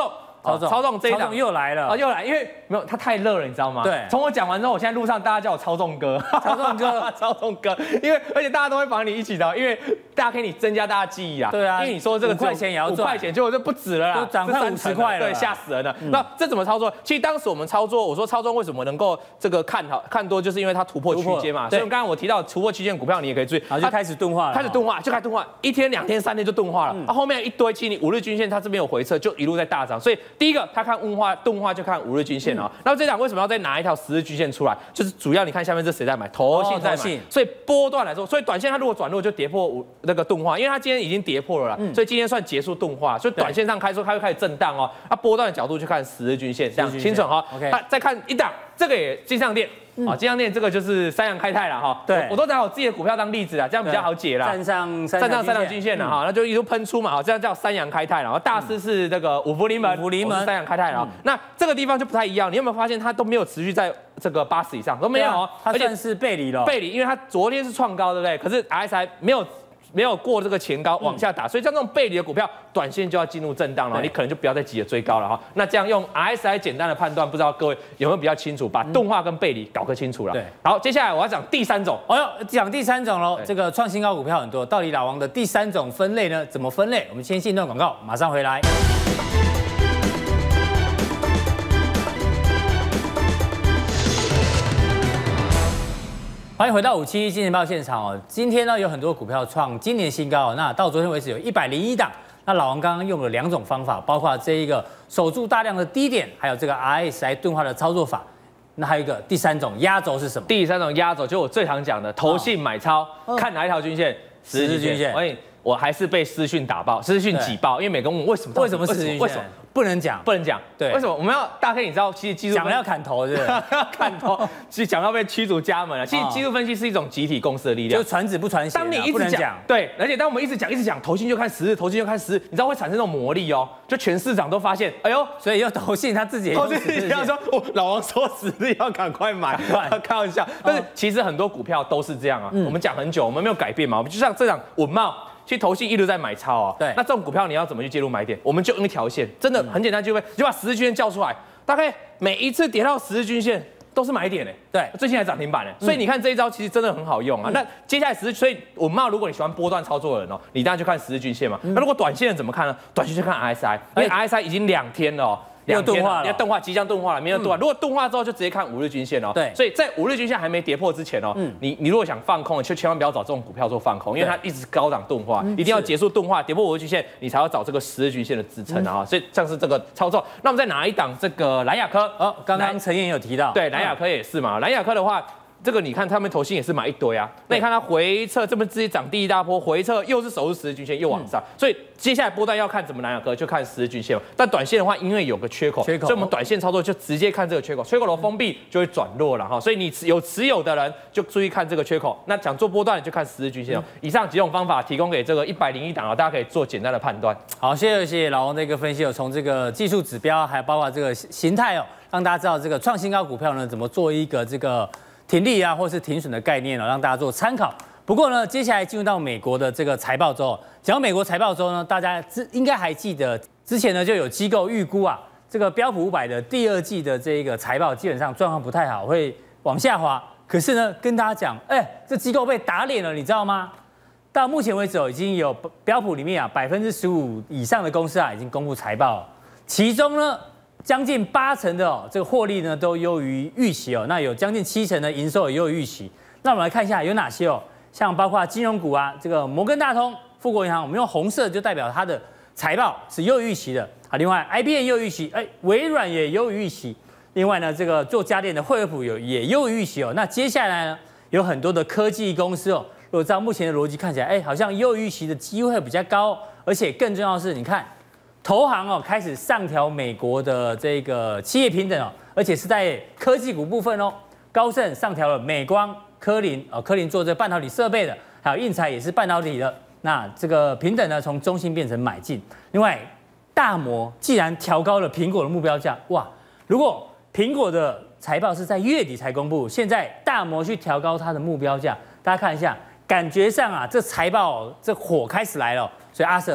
[SPEAKER 2] 超重
[SPEAKER 5] 超重这一档
[SPEAKER 2] 又来了
[SPEAKER 5] 啊，又来，因为没有它太热了，你知道吗？
[SPEAKER 2] 对。
[SPEAKER 5] 从我讲完之后，我现在路上大家叫我超重哥，
[SPEAKER 2] 超重哥，
[SPEAKER 5] 超重哥，因为而且大家都会绑你一起的，因为大家可以增加大家记忆啊。
[SPEAKER 2] 对啊。
[SPEAKER 5] 因为你说这个
[SPEAKER 2] 五块钱也要赚，
[SPEAKER 5] 五块钱结果就不止了啦，
[SPEAKER 2] 都涨快五十块了，
[SPEAKER 5] 对，吓死人了。那这怎么操作？其实当时我们操作，我说操作为什么能够这个看好看多，就是因为它突破区间嘛。所以刚刚我提到突破区间股票，你也可以注意，
[SPEAKER 2] 然后就开始钝化了，
[SPEAKER 5] 开始钝化，就开始钝化，一天、两天、三天就钝化了。啊，后面一堆，其实你五日均线它这边有回撤，就一路在大涨。所以第一个，他看钝化，钝化就看五日均线啊。然后这档为什么要再拿一条十日均线出来？就是主要你看下面这谁在买？投信在买。所以波段来说，所以短线它如果转弱就跌破五那个钝化，因为它今天已经跌破了啦，所以今天算结束钝化。所以短线上开出它会开始震荡哦。啊，波段的角度去看十日均线，这样清楚哈。OK， 再看一档，这个也金像电。啊，金像电这个就是三阳开泰了哈，对，我都拿我自己的股票当例子啦，这样比较好解啦。
[SPEAKER 2] 站上
[SPEAKER 5] 站上三阳均线了哈，那就一路喷出嘛，哈，这样叫三阳开泰了。然后大师是这个五福临门，五福临门三阳开泰了。那这个地方就不太一样，你有没有发现它都没有持续在这个八十以上，都没有哦，
[SPEAKER 2] 它算是背离了，
[SPEAKER 5] 背离，因为它昨天是创高，对不对？可是 R S I 没有。没有过这个前高往下打，所以像这种背离的股票，短线就要进入震荡了，你可能就不要再急着追高了哈。那这样用 R S I 简单的判断，不知道各位有没有比较清楚，把钝化跟背离搞个清楚了。对，好，接下来我要讲第三种。
[SPEAKER 2] 哎呦，讲第三种喽，这个创新高股票很多，到底老王的第三种分类呢？怎么分类？我们先进一段广告，马上回来。欢迎回到五七一金钱报现场哦。今天呢有很多股票创今年新高哦。那到昨天为止有一百零一档。那老王刚刚用了两种方法，包括这一个守住大量的低点，还有这个 R S I 钝化的操作法。那还有一个第三种压轴是什么？
[SPEAKER 5] 第三种压轴就我最常讲的投信买超，哦、看哪一条均线？十日均线。我我还是被私讯打爆，私讯挤爆，因为每个人问为什么？
[SPEAKER 2] 为什么十日均线？为什么？不能讲，
[SPEAKER 5] 不能讲，对，为什么我们要大 K？你知道，其实技术
[SPEAKER 2] 讲了要砍头，是不是？
[SPEAKER 5] 砍头，其实讲到被驱逐家门了。其实技术分析是一种集体共识的力量，
[SPEAKER 2] 就是传子不传血。
[SPEAKER 5] 当你一直讲，对，而且当我们一直讲，一直讲，投信就看十日，投信就看十日，你知道会产生那种魔力哦，就全市场都发现，哎呦，
[SPEAKER 2] 所以要投信他自己也
[SPEAKER 5] 投信也要说，哦，老王说十日要赶快买，开玩笑。但是其实很多股票都是这样啊，我们讲很久，我们没有改变嘛，我们就像这档稳懋。其实投信一直在买超啊，对，那这种股票你要怎么去介入买点？我们就用一条线，真的很简单，就会你就把十日均线叫出来，大概每一次跌到十日均线都是买点哎，对，最近还涨停板哎，所以你看这一招其实真的很好用啊。那接下来十日，所以我们如果你喜欢波段操作的人哦，你当然就看十日均线嘛。那如果短线怎么看呢？短线就看 R S I， 因为 R S I 已经两天了哦。
[SPEAKER 2] 要钝化了，
[SPEAKER 5] 要钝化，即将钝化了，没有钝化。如果钝化之后，就直接看五日均线哦。对，所以在五日均线还没跌破之前哦，你你如果想放空，就千万不要找这种股票做放空，因为它一直高涨钝化，一定要结束钝化，跌破五日均线，你才要找这个十日均线的支撑啊。所以像是这个操作，那我们再拿一档这个蓝亚科
[SPEAKER 2] 哦，刚刚陈燕有提到，
[SPEAKER 5] 对，蓝亚科也是嘛，蓝亚科的话。这个你看他们投信也是买一堆啊，那你看它回撤这么直接涨第一大波，回撤又是守住十日均线又往上，所以接下来波段要看怎么蓝亚科就看十日均线嘛。但短线的话，因为有个缺口，缺口，所以我们短线操作就直接看这个缺口，缺口的封闭就会转弱了哈。所以你有持有的人就注意看这个缺口，那想做波段就看十日均线哦。以上几种方法提供给这个一百零一档啊，大家可以做简单的判断。
[SPEAKER 2] 好，谢谢谢谢老王的一个分析哦，从这个技术指标还包括这个形态哦，让大家知道这个创新高股票呢怎么做一个这个。停利啊，或是停损的概念哦，让大家做参考。不过呢，接下来进入到美国的这个财报周，讲到美国财报周呢，大家之应该还记得，之前呢就有机构预估啊，这个标普五百的第二季的这个财报基本上状况不太好，会往下滑。可是呢，跟大家讲，哎、欸，这机构被打脸了，你知道吗？到目前为止哦，已经有标普里面啊百分之十五以上的公司啊已经公布财报了，其中呢。将近八成的哦，这个获利呢都优于预期哦。那有将近七成的营收也优于预期。那我们来看一下有哪些哦，像包括金融股啊，这个摩根大通、富国银行，我们用红色就代表它的财报是优于预期的啊。另外 ，I B M 优于预期，哎，微软也优于预期。另外呢，这个做家电的惠而浦有也优于预期哦。那接下来呢，有很多的科技公司哦，如果照目前的逻辑看起来，哎，好像优于预期的机会比较高，而且更重要的是，你看。投行哦开始上调美国的这个企业平等哦，而且是在科技股部分哦，高盛上调了美光、科林哦，科林做这半导体设备的，还有印材也是半导体的。那这个平等呢，从中性变成买进。另外，大摩既然调高了苹果的目标价，哇，如果苹果的财报是在月底才公布，现在大摩去调高它的目标价，大家看一下，感觉上啊，这财报、哦、这火开始来了。所以阿 Sir。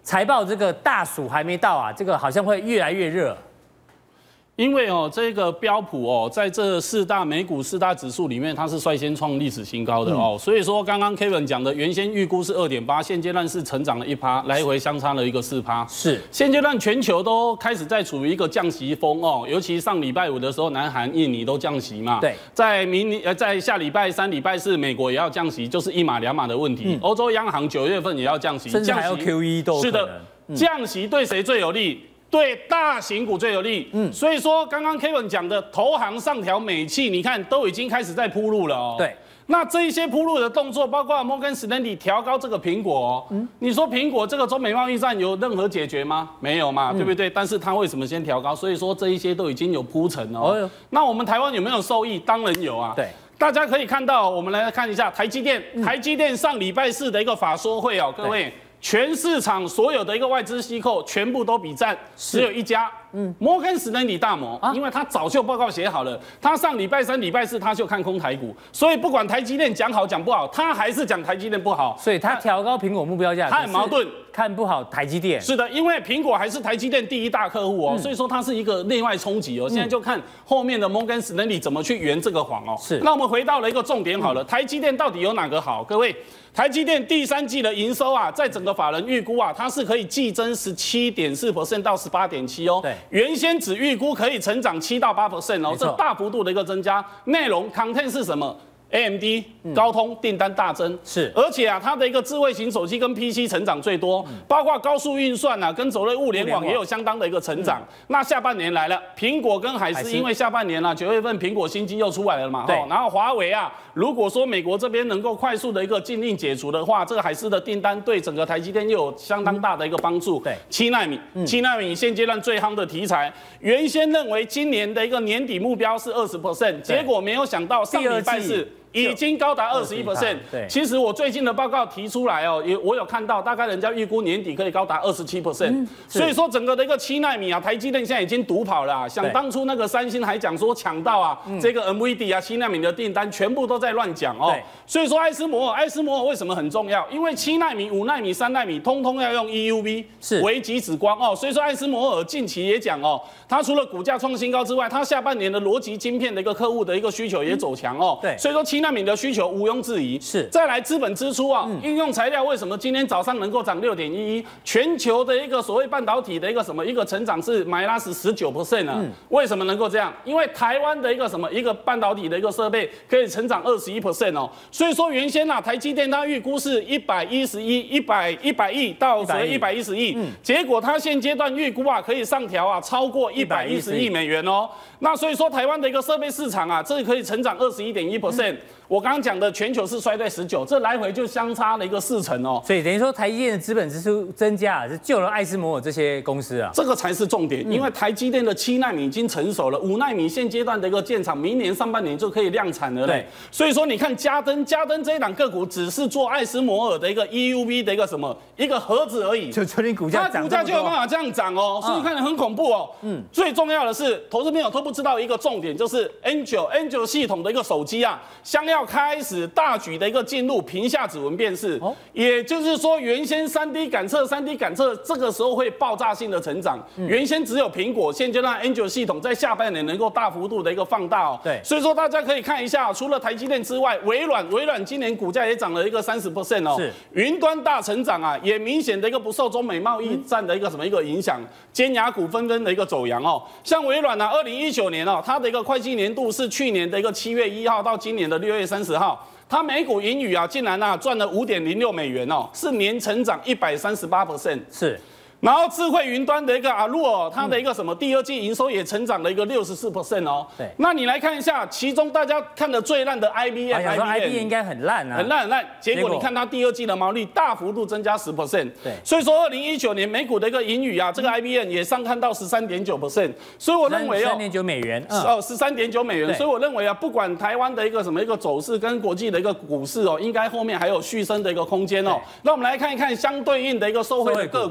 [SPEAKER 2] 财报这个大暑还没到啊，这个好像会越来越热。
[SPEAKER 4] 因为哦，这个标普哦，在这四大美股四大指数里面，它是率先创历史新高的哦。嗯、所以说，刚刚 Kevin 讲的，原先预估是二点八，现阶段是成长了一趴，来回相差了一个四趴。是，现阶段全球都开始在处于一个降息风哦，尤其上礼拜五的时候，南韩、印尼都降息嘛。对，在明年呃，在下礼拜三、礼拜四，美国也要降息，就是一码两码的问题。欧、嗯、洲央行九月份也要降息，
[SPEAKER 2] 甚至还要 Q E 都
[SPEAKER 4] 是的。嗯、降息对谁最有利？对大型股最有利，嗯，所以说刚刚 Kevin 讲的投行上调美企，你看都已经开始在铺路了哦。对，那这一些铺路的动作，包括摩根士丹利调高这个苹果哦，嗯，你说苹果这个中美贸易战有任何解决吗？没有嘛，嗯、对不对？但是它为什么先调高？所以说这一些都已经有铺陈哦。哦那我们台湾有没有受益？当然有啊。对。大家可以看到，我们来看一下台积电，嗯、台积电上礼拜四的一个法说会哦，各位。全市场所有的一个外资机构全部都比赞，只有一家，嗯，摩根士丹利大摩，啊、因为他早就报告写好了，他上礼拜三、礼拜四他就看空台股，所以不管台积电讲好讲不好，他还是讲台积电不好，
[SPEAKER 2] 所以他调高苹果目标价，
[SPEAKER 4] 他很矛盾，
[SPEAKER 2] 看不好台积电。
[SPEAKER 4] 是的，因为苹果还是台积电第一大客户哦，嗯、所以说它是一个内外冲击哦。现在就看后面的摩根士丹利怎么去圆这个谎哦。是，那我们回到了一个重点好了，嗯、台积电到底有哪个好？各位。台积电第三季的营收啊，在整个法人预估啊，它是可以季增十七点四 percent 到十八点七哦。对，原先只预估可以成长七到八 percent 哦，这大幅度的一个增加。内容 content 是什么？A M D、高通订单大增，是，而且啊，它的一个智慧型手机跟 P C 成长最多，嗯、包括高速运算啊，跟走类物联网也有相当的一个成长。嗯、那下半年来了，苹果跟海思，因为下半年啊，九月份苹果新机又出来了嘛，对，然后华为啊，如果说美国这边能够快速的一个禁令解除的话，这个海思的订单对整个台积电又有相当大的一个帮助。对，七奈米，七奈米现阶段最夯的题材，原先认为今年的一个年底目标是二十 percent， 结果没有想到上礼拜是。已经高达二十一 percent。对，其实我最近的报告提出来哦，也我有看到，大概人家预估年底可以高达二十七 percent。所以说整个的一个七奈米啊，台积电现在已经独跑了、啊。想当初那个三星还讲说抢到啊，嗯、这个 N V D 啊七奈米的订单全部都在乱讲哦。所以说艾斯摩尔，艾斯摩尔为什么很重要？因为七奈米、五奈米、三奈米通通要用 E U V 是微极紫光哦。所以说艾斯摩尔近期也讲哦，它除了股价创新高之外，它下半年的逻辑晶片的一个客户的一个需求也走强哦。对，所以说七奈米的需求毋庸置疑。是，再来资本支出啊，嗯、应用材料为什么今天早上能够涨六点一一？全球的一个所谓半导体的一个什么一个成长是 minus 十九 percent 啊？嗯、为什么能够这样？因为台湾的一个什么一个半导体的一个设备可以成长二十一 percent 哦。所以说原先啊，台积电它预估是一百一十一一百一百亿到所谓一百一十亿，嗯、结果它现阶段预估啊可以上调啊超过一百一十亿美元哦。那所以说台湾的一个设备市场啊，这可以成长二十一点一 percent。我刚刚讲的全球是衰退十九，这来回就相差了一个四成哦。
[SPEAKER 2] 所以等于说台积电的资本支出增加，是救了艾斯摩尔这些公司啊。
[SPEAKER 4] 这个才是重点，因为台积电的七奈米已经成熟了，五奈米现阶段的一个建厂，明年上半年就可以量产了。对，所以说你看嘉登，嘉登这一档个股只是做艾斯摩尔的一个 E U V 的一个什么一个盒子而已，
[SPEAKER 2] 就昨天股价涨，
[SPEAKER 4] 它股价就有办法这样涨哦，所以看得很恐怖哦。嗯，最重要的是，投资朋友都不知道一个重点，就是 Angel Angel 系统的一个手机啊，将要开始大举的一个进入屏下指纹辨识，哦、也就是说，原先 三 D 感测、三 D 感测这个时候会爆炸性的成长。嗯、原先只有苹果，现阶段 Angel 系统在下半年能够大幅度的一个放大哦。对，所以说大家可以看一下，除了台积电之外，微软微软今年股价也涨了一个三十 percent 哦。是，云端大成长啊，也明显的一个不受中美贸易战的一个什么一个影响，尖牙股纷纷的一个走阳哦。像微软呢、啊，二零一九年哦，它的一个会计年度是去年的一个七月一号到今年的六月三十号。它每股盈余啊，竟然啊赚了五点零六美元哦，是年成长一百三十八 percent。是。然后智慧云端的一个阿路哦，它的一个什么第二季营收也成长了一个六十四 percent 哦。对。那你来看一下，其中大家看的最烂的 I B M，
[SPEAKER 2] I B M 应该很烂啊，
[SPEAKER 4] 很烂很烂。结果你看它第二季的毛利大幅度增加十 percent。对。所以说，二零一九年每股的一个盈余啊，这个 I B M 也上看到十三点九 percent。所以我认为哦，
[SPEAKER 2] 三点九美元。
[SPEAKER 4] 哦，十三点九美元。所以我认为啊，不管台湾的一个什么一个走势跟国际的一个股市哦，应该后面还有续升的一个空间哦。那我们来看一看相对应的一个受惠的个股。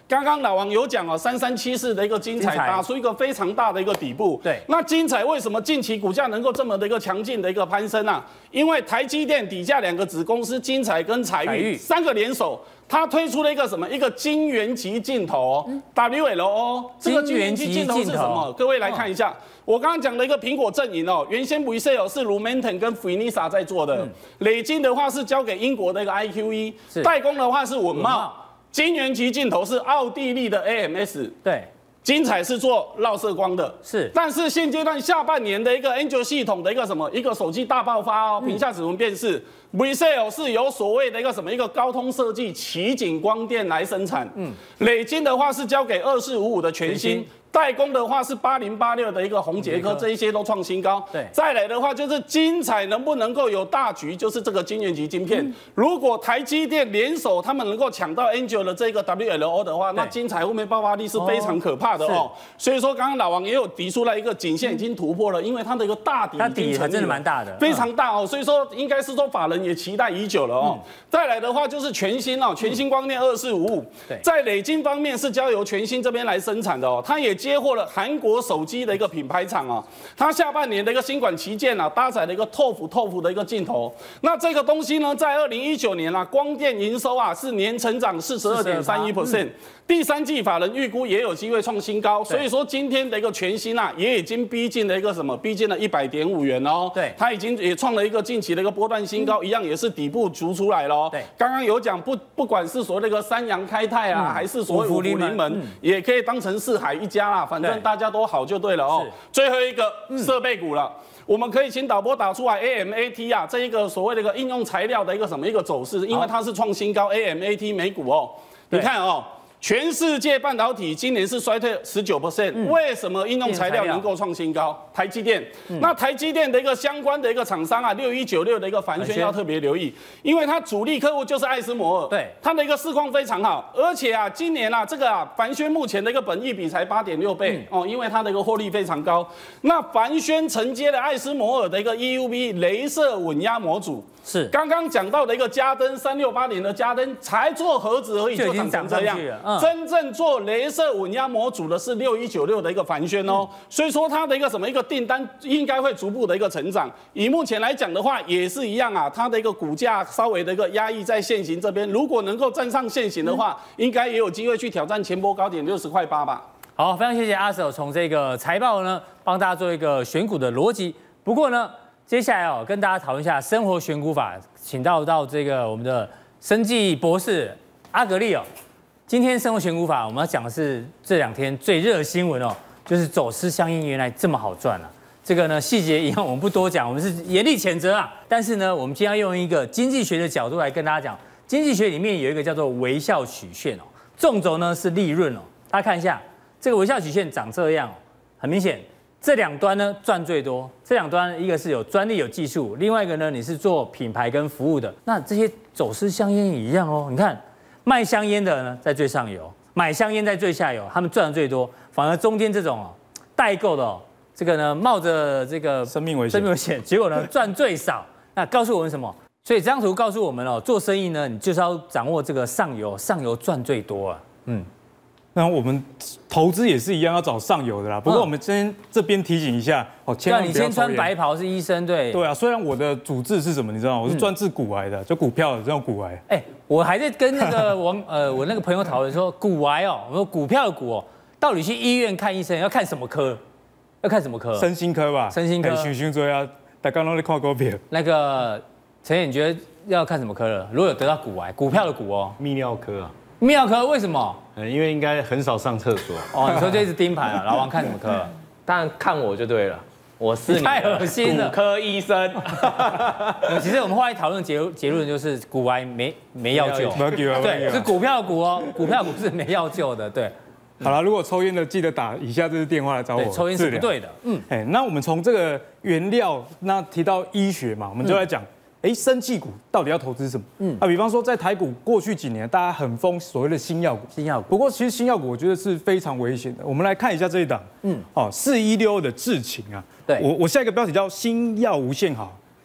[SPEAKER 4] 刚刚老王有讲哦，三三七四的一个精彩打出一个非常大的一个底部。
[SPEAKER 2] 对，
[SPEAKER 4] 那精彩为什么近期股价能够这么的一个强劲的一个攀升啊？因为台积电底下两个子公司精彩跟彩玉三个联手。它推出了一个什么？一个晶圆级镜头、嗯、W L O。这个晶圆级镜头是什么？各位来看一下，哦、我刚刚讲的一个苹果阵营哦，原先 Vizio 是 Lumentum 跟 Finisar 在做的，嗯、磊晶的话是交给英国的一个 I Q E， 代工的话是稳懋，晶圆级镜头是奥地利的 A M S。
[SPEAKER 2] 对。
[SPEAKER 4] 精彩是做绕射光的，
[SPEAKER 2] 是，
[SPEAKER 4] 但是现阶段下半年的一个 Angel 系统的一个什么一个手机大爆发哦，屏下指纹辨识 ，Vizio 是由所谓的一个什么一个高通设计奇景光电来生产，嗯，磊晶的话是交给二四五五的全新。代工的话是八零八六的一个宏捷科，这一些都创新高。
[SPEAKER 2] 对，
[SPEAKER 4] 再来的话就是精彩能不能够有大局，就是这个晶圆级晶片。嗯、如果台积电联手，他们能够抢到 Angel 的这个 W L O 的话，那精彩后面爆发力是非常可怕的哦。所以说，刚刚老王也有提出来一个颈线已经突破了，因为它的一个大底已经成立了，
[SPEAKER 2] 真的蛮大的，
[SPEAKER 4] 非常大哦。所以说，应该是说法人也期待已久了哦。嗯、再来的话就是全新哦，全新光电二四五五，在磊晶方面是交由全新这边来生产的哦，它也接获了韩国手机的一个品牌厂啊，它下半年的一个新款旗舰啊，搭载了一个 T O F T O F 的一个镜头。那这个东西呢，在二零一九年啊，光电营收啊是年成长四十二点三一 percent， 第三季法人预估也有机会创新高。所以说今天的一个全新啊，也已经逼近了一个什么？逼近了一百点五元哦。
[SPEAKER 2] 对，
[SPEAKER 4] 它已经也创了一个近期的一个波段新高，嗯、一样也是底部逐出来了。
[SPEAKER 2] 对，
[SPEAKER 4] 刚刚有讲不不管是所谓那个三阳开泰啊，嗯、还是所谓五福临门，嗯、也可以当成四海一家啦，反正大家都好就对了哦。最后一个设备股了，嗯、我们可以请导播打出来 A M A T 啊，这一个所谓的一个应用材料的一个什么一个走势，因为它是创新高 A M A T 美股哦，你看哦。全世界半导体今年是衰退十九 percent， 为什么应用材料能够创新高？台积电，嗯、那台积电的一个相关的一个厂商啊，六一九六的一个凡轩要特别留意，因为它主力客户就是艾斯摩尔，
[SPEAKER 2] 对，它
[SPEAKER 4] 的一个市况非常好，而且啊，今年啊，这个啊，凡轩目前的一个本益比才八点六倍、嗯、哦，因为它的一个获利非常高。那凡轩承接了艾斯摩尔的一个 E U V 雷射稳压模组。
[SPEAKER 2] 是
[SPEAKER 4] 刚刚讲到的一个嘉登三六八零的嘉登才做盒子而已，就长成这样。嗯、真正做雷射稳压模组的是六一九六的一个凡轩哦，嗯、所以说它的一个什么一个订单应该会逐步的一个成长。以目前来讲的话，也是一样啊，它的一个股价稍微的一个压抑在现行这边，如果能够站上现行的话，嗯、应该也有机会去挑战前波高点六十块八吧。
[SPEAKER 2] 好，非常谢谢阿手从这个财报呢帮大家做一个选股的逻辑。不过呢。接下来哦，跟大家讨论一下生活选股法，请到到这个我们的生技博士阿格力哦。今天生活选股法我们要讲的是这两天最热新闻哦，就是走私香烟原来这么好赚啊。这个呢细节一样我们不多讲，我们是严厉谴责啊。但是呢，我们今天要用一个经济学的角度来跟大家讲，经济学里面有一个叫做微笑曲线哦，纵轴呢是利润哦。大家看一下这个微笑曲线长这样哦，很明显。这两端呢赚最多，这两端一个是有专利有技术，另外一个呢你是做品牌跟服务的。那这些走私香烟也一样哦，你看卖香烟的呢在最上游，买香烟在最下游，他们赚的最多，反而中间这种哦代购的哦，这个呢冒着这个
[SPEAKER 6] 生命危险，
[SPEAKER 2] 生命危险，结果呢赚最少。那告诉我们什么？所以这张图告诉我们哦，做生意呢你就是要掌握这个上游，上游赚最多啊，嗯。
[SPEAKER 6] 那我们投资也是一样，要找上游的啦。不过我们今天这边提醒一下哦，千万不要抽烟。
[SPEAKER 2] 你先穿白袍是医生，对。
[SPEAKER 6] 对啊，虽然我的主治是什么，你知道吗？我是专治股癌的，就股票的这种股癌。
[SPEAKER 2] 哎，我还在跟那个王呃我那个朋友讨论说，股癌哦，我说股票的股哦，到底去医院看医生要看什么科？要看什么科？
[SPEAKER 6] 身心科吧。
[SPEAKER 2] 身心科。
[SPEAKER 6] 胸胸椎啊，大家都在看股票。
[SPEAKER 2] 那个陈燕，你觉得要看什么科了？如果有得到股癌，股票的股哦，
[SPEAKER 3] 泌尿科啊。
[SPEAKER 2] 泌尿科为什么？
[SPEAKER 3] 嗯，因为应该很少上厕所。
[SPEAKER 2] 哦，你说就一直盯盘啊？老王看什么科？
[SPEAKER 5] 当然看我就对了，我是你
[SPEAKER 2] 太恶心了，
[SPEAKER 5] 骨科医生。
[SPEAKER 2] 其实我们后来讨论结结论就是，股癌没没药救，对，是股票股哦，股票股是没药救的，对。
[SPEAKER 6] 好了，如果抽烟的记得打以下这支电话来找我。
[SPEAKER 2] 抽烟是不对的，嗯，
[SPEAKER 6] 哎，那我们从这个原料，那提到医学嘛，我们就来讲。哎，生技股到底要投资什么？嗯啊，比方说在台股过去几年，大家很疯所谓的新药股，
[SPEAKER 2] 新药股。
[SPEAKER 6] 不过其实新药股我觉得是非常危险的。我们来看一下这一档，嗯，哦，四一六的智勤啊，
[SPEAKER 2] 对，
[SPEAKER 6] 我我下一个标题叫新药无限好，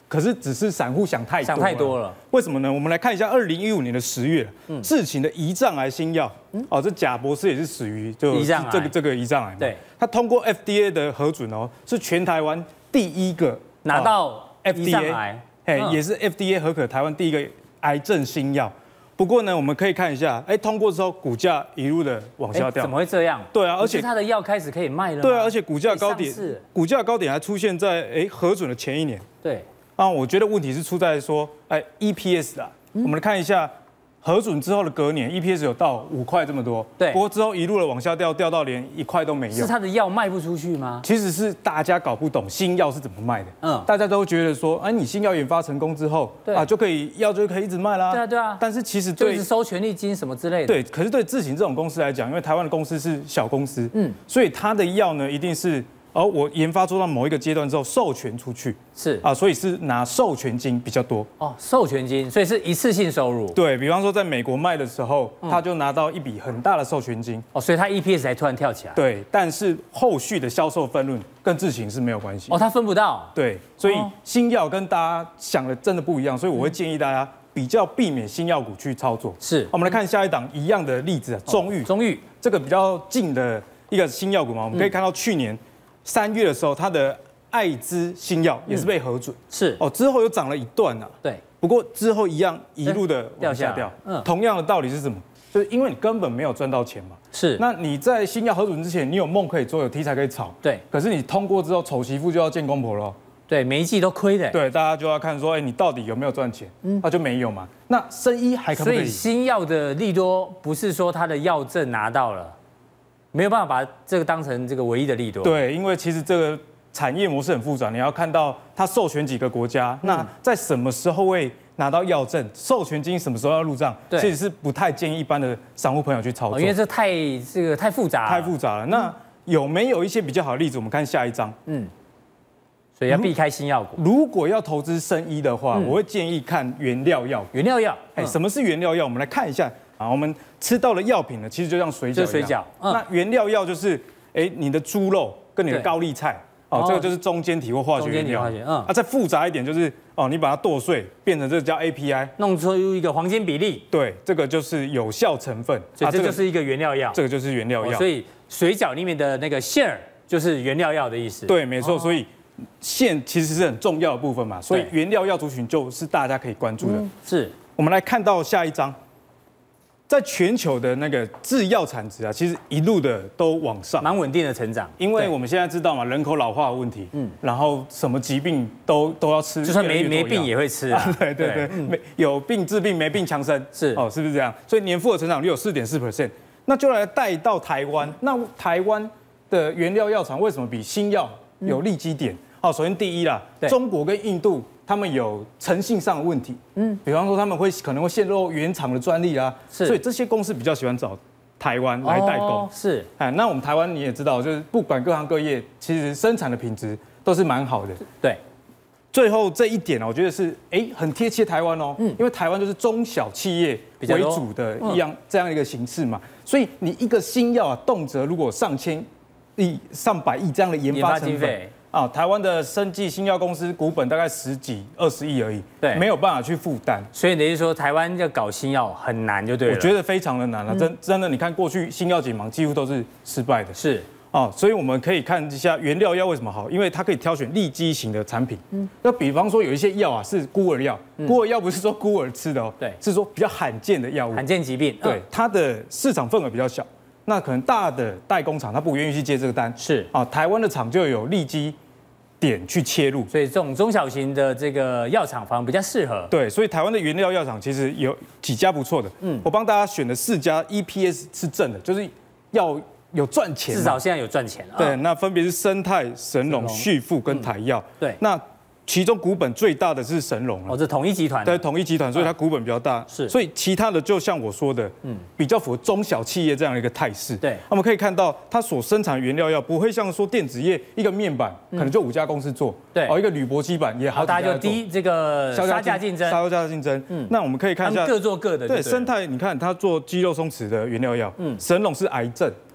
[SPEAKER 6] 可是只是散户想太多
[SPEAKER 2] 想太多了。
[SPEAKER 6] 为什么呢？我们来看一下二零一五年的十月，智勤的胰脏癌新药，哦，这贾博士也是死于就
[SPEAKER 2] 胰脏癌
[SPEAKER 6] 这个这个胰脏癌，
[SPEAKER 2] 对，
[SPEAKER 6] 他通过 F D A 的核准哦，是全台湾第一个
[SPEAKER 2] 拿到
[SPEAKER 6] F D A， 哎，也是 F D A 核可台湾第一个癌症新药。不过呢，我们可以看一下，哎，通过之后股价一路的往下掉，
[SPEAKER 2] 怎么会这样？
[SPEAKER 6] 对啊，而且
[SPEAKER 2] 它的药开始可以卖了。
[SPEAKER 6] 对啊，而且股价高点，股价高点还出现在哎核准的前一年。
[SPEAKER 2] 对
[SPEAKER 6] 啊，我觉得问题是出在说，哎 E P S 啊，我们来看一下。核准之后的隔年 ，E P S 有到五块这么多，
[SPEAKER 2] 对。
[SPEAKER 6] 不过之后一路的往下掉，掉到连一块都没有。
[SPEAKER 2] 是它的药卖不出去吗？
[SPEAKER 6] 其实是大家搞不懂新药是怎么卖的。嗯，大家都觉得说，哎，你新药研发成功之后，啊，就可以药就可以一直卖啦。
[SPEAKER 2] 对啊，对啊。
[SPEAKER 6] 但是其实对
[SPEAKER 2] 就是收权利金什么之类的。
[SPEAKER 6] 对，可是对智勤这种公司来讲，因为台湾的公司是小公司，嗯，所以它的药呢一定是。而我研发做到某一个阶段之后，授权出去
[SPEAKER 2] 是
[SPEAKER 6] 啊，所以是拿授权金比较多
[SPEAKER 2] 哦，授权金，所以是一次性收入。
[SPEAKER 6] 对比方说，在美国卖的时候，嗯、他就拿到一笔很大的授权金
[SPEAKER 2] 哦，所以他 E P S 才突然跳起来。
[SPEAKER 6] 对，但是后续的销售分润跟智勤是没有关系
[SPEAKER 2] 哦，他分不到。
[SPEAKER 6] 对，所以新药跟大家想的真的不一样，所以我会建议大家比较避免新药股去操作。
[SPEAKER 2] 是，
[SPEAKER 6] 我们来看下一档一样的例子啊，中裕，
[SPEAKER 2] 中裕
[SPEAKER 6] 这个比较近的一个新药股嘛，我们可以看到去年。三月的时候，它的艾滋新药也是被核准，
[SPEAKER 2] 是
[SPEAKER 6] 哦，之后又涨了一段啊，
[SPEAKER 2] 对，
[SPEAKER 6] 不过之后一样一路的往下掉，嗯，同样的道理是什么？就是因为你根本没有赚到钱嘛，
[SPEAKER 2] 是，
[SPEAKER 6] 那你在新药核准之前，你有梦可以做，有题材可以炒，
[SPEAKER 2] 对，
[SPEAKER 6] 可是你通过之后，丑媳妇就要见公婆了，
[SPEAKER 2] 对，每一季都亏的，
[SPEAKER 6] 对，大家就要看说，哎，你到底有没有赚钱？嗯，那就没有嘛，那生医还可不可以？
[SPEAKER 2] 所以新药的利多不是说它的药证拿到了，没有办法把这个当成这个唯一的利多，
[SPEAKER 6] 对，因为其实这个。产业模式很复杂，你要看到它授权几个国家，那在什么时候会拿到药证，授权金什么时候要入账，其实是不太建议一般的散户朋友去操作，
[SPEAKER 2] 因为这太这个太复杂，
[SPEAKER 6] 太复杂了。那有没有一些比较好的例子？我们看下一章。嗯，
[SPEAKER 2] 所以要避开新药股。
[SPEAKER 6] 如果要投资生医的话，我会建议看原料药。
[SPEAKER 2] 原料药，
[SPEAKER 6] 哎，什么是原料药？我们来看一下啊，我们吃到的药品呢，其实就像水饺一样。
[SPEAKER 2] 水饺。
[SPEAKER 6] 那原料药就是，哎，你的猪肉跟你的高丽菜。哦，这个就是中间体或化学原料。嗯，啊，再复杂一点就是哦，你把它剁碎，变成这个叫 A P I，
[SPEAKER 2] 弄出一个黄金比例。
[SPEAKER 6] 对，这个就是有效成分。
[SPEAKER 2] 所以这就是一个原料药。
[SPEAKER 6] 这个就是原料药。
[SPEAKER 2] 所以水饺里面的那个馅儿就是原料药的意思。
[SPEAKER 6] 对，没错。所以馅其实是很重要的部分嘛，所以原料药族群就是大家可以关注的。
[SPEAKER 2] 是。
[SPEAKER 6] 我们来看到下一章。在全球的那个制药产值啊，其实一路的都往上，
[SPEAKER 2] 蛮稳定的成长。
[SPEAKER 6] 因为我们现在知道嘛，人口老化的问题，嗯，然后什么疾病都都要吃，
[SPEAKER 2] 就算没没病也会吃啊。
[SPEAKER 6] 对对对，没有病治病，没病强身，
[SPEAKER 2] 是哦，
[SPEAKER 6] 是不是这样？所以年复合成长率有四点四 percent， 那就来带到台湾。那台湾的原料药厂为什么比新药有利基点？哦，首先第一啦，中国跟印度。他们有诚信上的问题，嗯，比方说他们会可能会泄露原厂的专利啊，是，所以这些公司比较喜欢找台湾来代工，
[SPEAKER 2] 哦、是，
[SPEAKER 6] 哎，那我们台湾你也知道，就是不管各行各业，其实生产的品质都是蛮好的，
[SPEAKER 2] 对。
[SPEAKER 6] 最后这一点呢，我觉得是哎很贴切台湾哦，嗯，因为台湾就是中小企业为主的一样这样一个形式嘛，所以你一个新药啊，动辄如果上千亿、上百亿这样的研发成本。啊，台湾的生技新药公司股本大概十几、二十亿而已，对，没有办法去负担。
[SPEAKER 2] 所以等于说，台湾要搞新药很难，就对了。
[SPEAKER 6] 我觉得非常的难了，真真的，你看过去新药紧忙几乎都是失败的。
[SPEAKER 2] 是
[SPEAKER 6] 哦，所以我们可以看一下原料药为什么好，因为它可以挑选利基型的产品。嗯，那比方说有一些药啊是孤儿药，孤儿药不是说孤儿吃的哦，对，是说比较罕见的药物，
[SPEAKER 2] 罕见疾病，
[SPEAKER 6] 对，它的市场份额比较小。那可能大的代工厂他不愿意去接这个单，
[SPEAKER 2] 是
[SPEAKER 6] 啊，台湾的厂就有利基点去切入，
[SPEAKER 2] 所以这种中小型的这个药厂反而比较适合。
[SPEAKER 6] 对，所以台湾的原料药厂其实有几家不错的，嗯，我帮大家选的四家 E P S 是正的，就是要有赚钱，
[SPEAKER 2] 至少现在有赚钱。
[SPEAKER 6] 对，那分别是生泰、神农、旭富跟台药。
[SPEAKER 2] 对，
[SPEAKER 6] 那其中股本最大的是神农
[SPEAKER 2] 哦，这统一集团。
[SPEAKER 6] 对，统一集团，所以它股本比较大。是，所以其他的就像我说的，嗯，比较符合中小企业这样的一个态势。
[SPEAKER 2] 对，
[SPEAKER 6] 我们可以看到它所生产原料药不会像说电子业一个面板可能就五家公司做，
[SPEAKER 2] 对，
[SPEAKER 6] 哦，一个铝箔基板也好，
[SPEAKER 2] 大家就低这个杀价竞争，
[SPEAKER 6] 杀价竞争。嗯，那我们可以看一下
[SPEAKER 2] 各做各的。
[SPEAKER 6] 对，生态你看它做肌肉松弛的原料药，嗯，神农是癌症。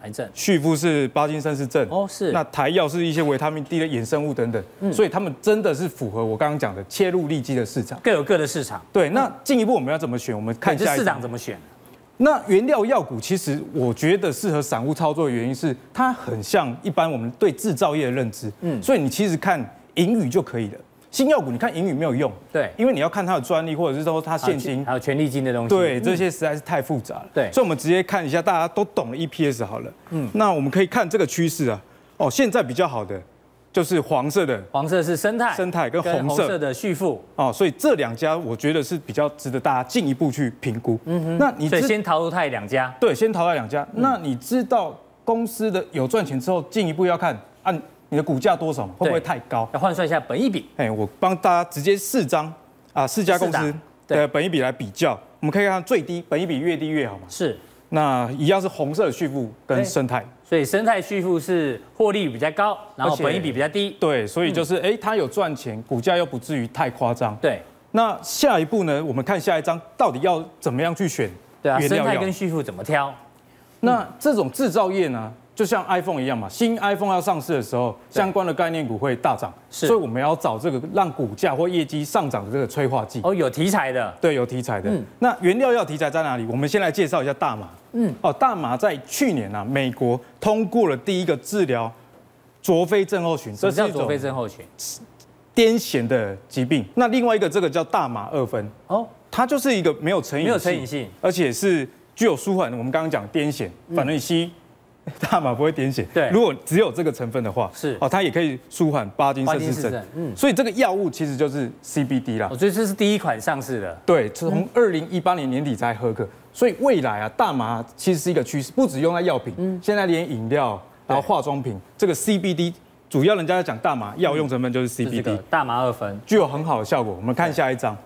[SPEAKER 2] 癌症，
[SPEAKER 6] 旭富是巴金森氏症，
[SPEAKER 2] 哦是，
[SPEAKER 6] 那台药是一些维他命 D 的衍生物等等，嗯、所以他们真的是符合我刚刚讲的切入利基的市场，
[SPEAKER 2] 各有各的市场。
[SPEAKER 6] 对，那进一步我们要怎么选？我们看一下
[SPEAKER 2] 市场怎么选。
[SPEAKER 6] 那原料药股其实我觉得适合散户操作的原因是，它很像一般我们对制造业的认知，嗯，所以你其实看盈余就可以了。新药股你看盈余没有用，
[SPEAKER 2] 对，
[SPEAKER 6] 因为你要看它的专利或者是说它现金
[SPEAKER 2] 还有权利金的东西，
[SPEAKER 6] 对，这些实在是太复杂了。
[SPEAKER 2] 对，
[SPEAKER 6] 所以我们直接看一下大家都懂的 E P S 好了。嗯，那我们可以看这个趋势啊，哦，现在比较好的就是黄色的，
[SPEAKER 2] 黄色是生态，
[SPEAKER 6] 生态跟红色，
[SPEAKER 2] 红色的旭富
[SPEAKER 6] 哦，所以这两家我觉得是比较值得大家进一步去评估。嗯哼，那你
[SPEAKER 2] 所以先淘汰两家，
[SPEAKER 6] 对，先淘汰两家。那你知道公司的有赚钱之后，进一步要看按。你的股价多少？会不会太高？
[SPEAKER 2] 要换算一下本益比。
[SPEAKER 6] 哎，我帮大家直接四张啊，四家公司的本益比来比较，我们可以看最低本益比越低越好嘛。
[SPEAKER 2] 是。
[SPEAKER 6] 那一样是红色的旭富跟生态，
[SPEAKER 2] 所以生态旭富是获利比较高，然后本益比比较低。
[SPEAKER 6] 对，所以就是哎，它有赚钱，股价又不至于太夸张。
[SPEAKER 2] 对。
[SPEAKER 6] 那下一步呢？我们看下一张到底要怎么样去选？
[SPEAKER 2] 对啊，生态跟旭富怎么挑？
[SPEAKER 6] 那这种制造业呢？就像 iPhone 一样嘛，新 iPhone 要上市的时候，相关的概念股会大涨，所以我们要找这个让股价或业绩上涨的这个催化剂。
[SPEAKER 2] 哦，有题材的，
[SPEAKER 6] 对，有题材的。嗯、那原料药题材在哪里？我们先来介绍一下大麻。嗯，哦，大麻在去年啊，美国通过了第一个治疗卓菲症候群，
[SPEAKER 2] 这是卓菲症候群，
[SPEAKER 6] 癫痫的疾病。那另外一个这个叫大麻二酚，哦，它就是一个没有成瘾，
[SPEAKER 2] 没有成瘾性，
[SPEAKER 6] 而且是具有舒缓。我们刚刚讲癫痫，反正你吸。大麻不会癫痫，
[SPEAKER 2] 对。
[SPEAKER 6] 如果只有这个成分的话，
[SPEAKER 2] 是
[SPEAKER 6] 哦，它也可以舒缓巴金森氏症，嗯，所以这个药物其实就是 C B D 啦。
[SPEAKER 2] 我觉得这是第一款上市的，
[SPEAKER 6] 对，从二零一八年年底才合格，所以未来啊，大麻其实是一个趋势，不只用在药品，嗯，现在连饮料，然后化妆品，这个 C B D 主要人家在讲大麻药用成分就是 C B D，
[SPEAKER 2] 大麻二酚
[SPEAKER 6] 具有很好的效果。我们看下一张。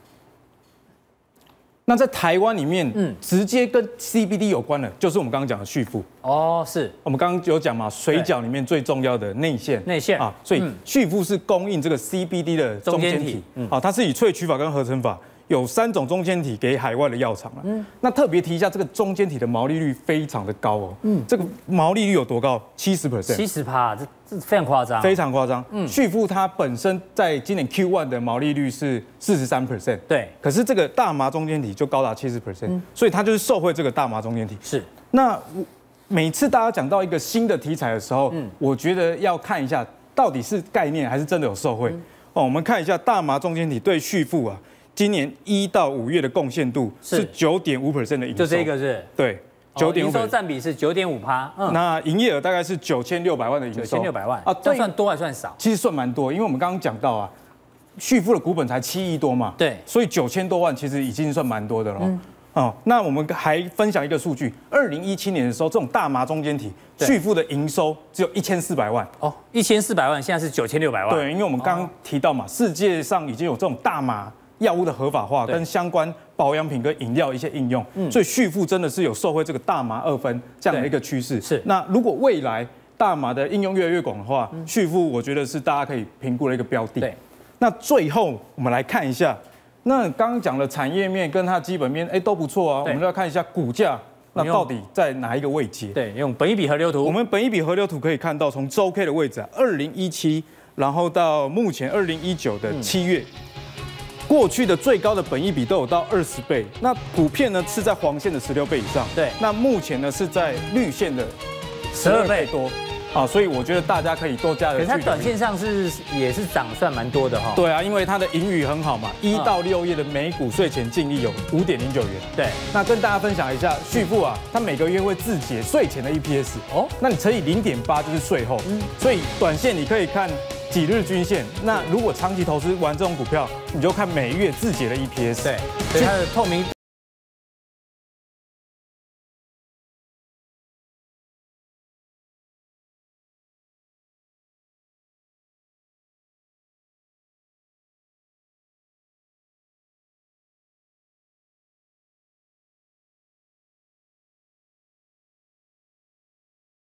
[SPEAKER 6] 那在台湾里面，嗯，直接跟 C B D 有关的，就是我们刚刚讲的旭富。
[SPEAKER 2] 哦，是
[SPEAKER 6] 我们刚刚有讲嘛，水饺里面最重要的内馅，
[SPEAKER 2] 内馅啊，
[SPEAKER 6] 所以旭富是供应这个 C B D 的中间体，啊，它是以萃取法跟合成法，有三种中间体给海外的药厂了。嗯，那特别提一下，这个中间体的毛利率非常的高哦。嗯，这个毛利率有多高？七十 percent，
[SPEAKER 2] 七十趴，这这非常夸张，
[SPEAKER 6] 非常夸张。嗯，旭富它本身在今年 Q 一 的毛利率是四十三 percent，
[SPEAKER 2] 对，
[SPEAKER 6] 可是这个大麻中间体就高达七十 percent， 所以它就是受惠这个大麻中间体。
[SPEAKER 2] 是，
[SPEAKER 6] 那每次大家讲到一个新的题材的时候，嗯，我觉得要看一下到底是概念还是真的有受惠。嗯、哦，我们看一下大麻中间体对旭富啊，今年一到五月的贡献度是九点五 percent 的营收，
[SPEAKER 2] 就这个是，
[SPEAKER 6] 对，九点五，
[SPEAKER 2] 营收占比是九点五趴。
[SPEAKER 6] 嗯，那营业额大概是九千六百万的营收，
[SPEAKER 2] 九千六百万啊，这算多还算少？
[SPEAKER 6] 其实算蛮多，因为我们刚刚讲到啊，旭富的股本才七亿多嘛，
[SPEAKER 2] 对，
[SPEAKER 6] 所以九千多万其实已经算蛮多的了。嗯哦，那我们还分享一个数据，二零一七年的时候，这种大麻中间体旭富的营收只有一千四百万
[SPEAKER 2] 哦，一千四百万，现在是九千六百万。
[SPEAKER 6] 对，因为我们刚刚提到嘛，世界上已经有这种大麻药物的合法化，跟相关保养品跟饮料一些应用，所以旭富真的是有受惠这个大麻二酚这样的一个趋势。
[SPEAKER 2] 是，
[SPEAKER 6] 那如果未来大麻的应用越来越广的话，旭富我觉得是大家可以评估的一个标的。
[SPEAKER 2] 对，
[SPEAKER 6] 那最后我们来看一下。那刚刚讲的产业面跟它基本面，哎，都不错啊。我们要看一下股价，那到底在哪一个位阶？
[SPEAKER 2] 对，用本益比河流图。
[SPEAKER 6] 我们本益比河流图可以看到，从周 K 的位置啊，二零一七，然后到目前二零一九的七月，嗯、过去的最高的本益比都有到二十倍。那股片呢是在黄线的十六倍以上，
[SPEAKER 2] 对。
[SPEAKER 6] 那目前呢是在绿线的十二倍多。啊，所以我觉得大家可以多加的。
[SPEAKER 2] 可是它短线上是也是涨算蛮多的哈。
[SPEAKER 6] 对啊，因为它的盈余很好嘛，一到六月的每股税前净利有五点零九元。
[SPEAKER 2] 对，
[SPEAKER 6] 那跟大家分享一下，旭富啊，它每个月会自结税前的 E P S。哦，那你乘以零点八就是税后。嗯，所以短线你可以看几日均线。那如果长期投资玩这种股票，你就看每月自结的 E P S。
[SPEAKER 2] 对，所以它的透明。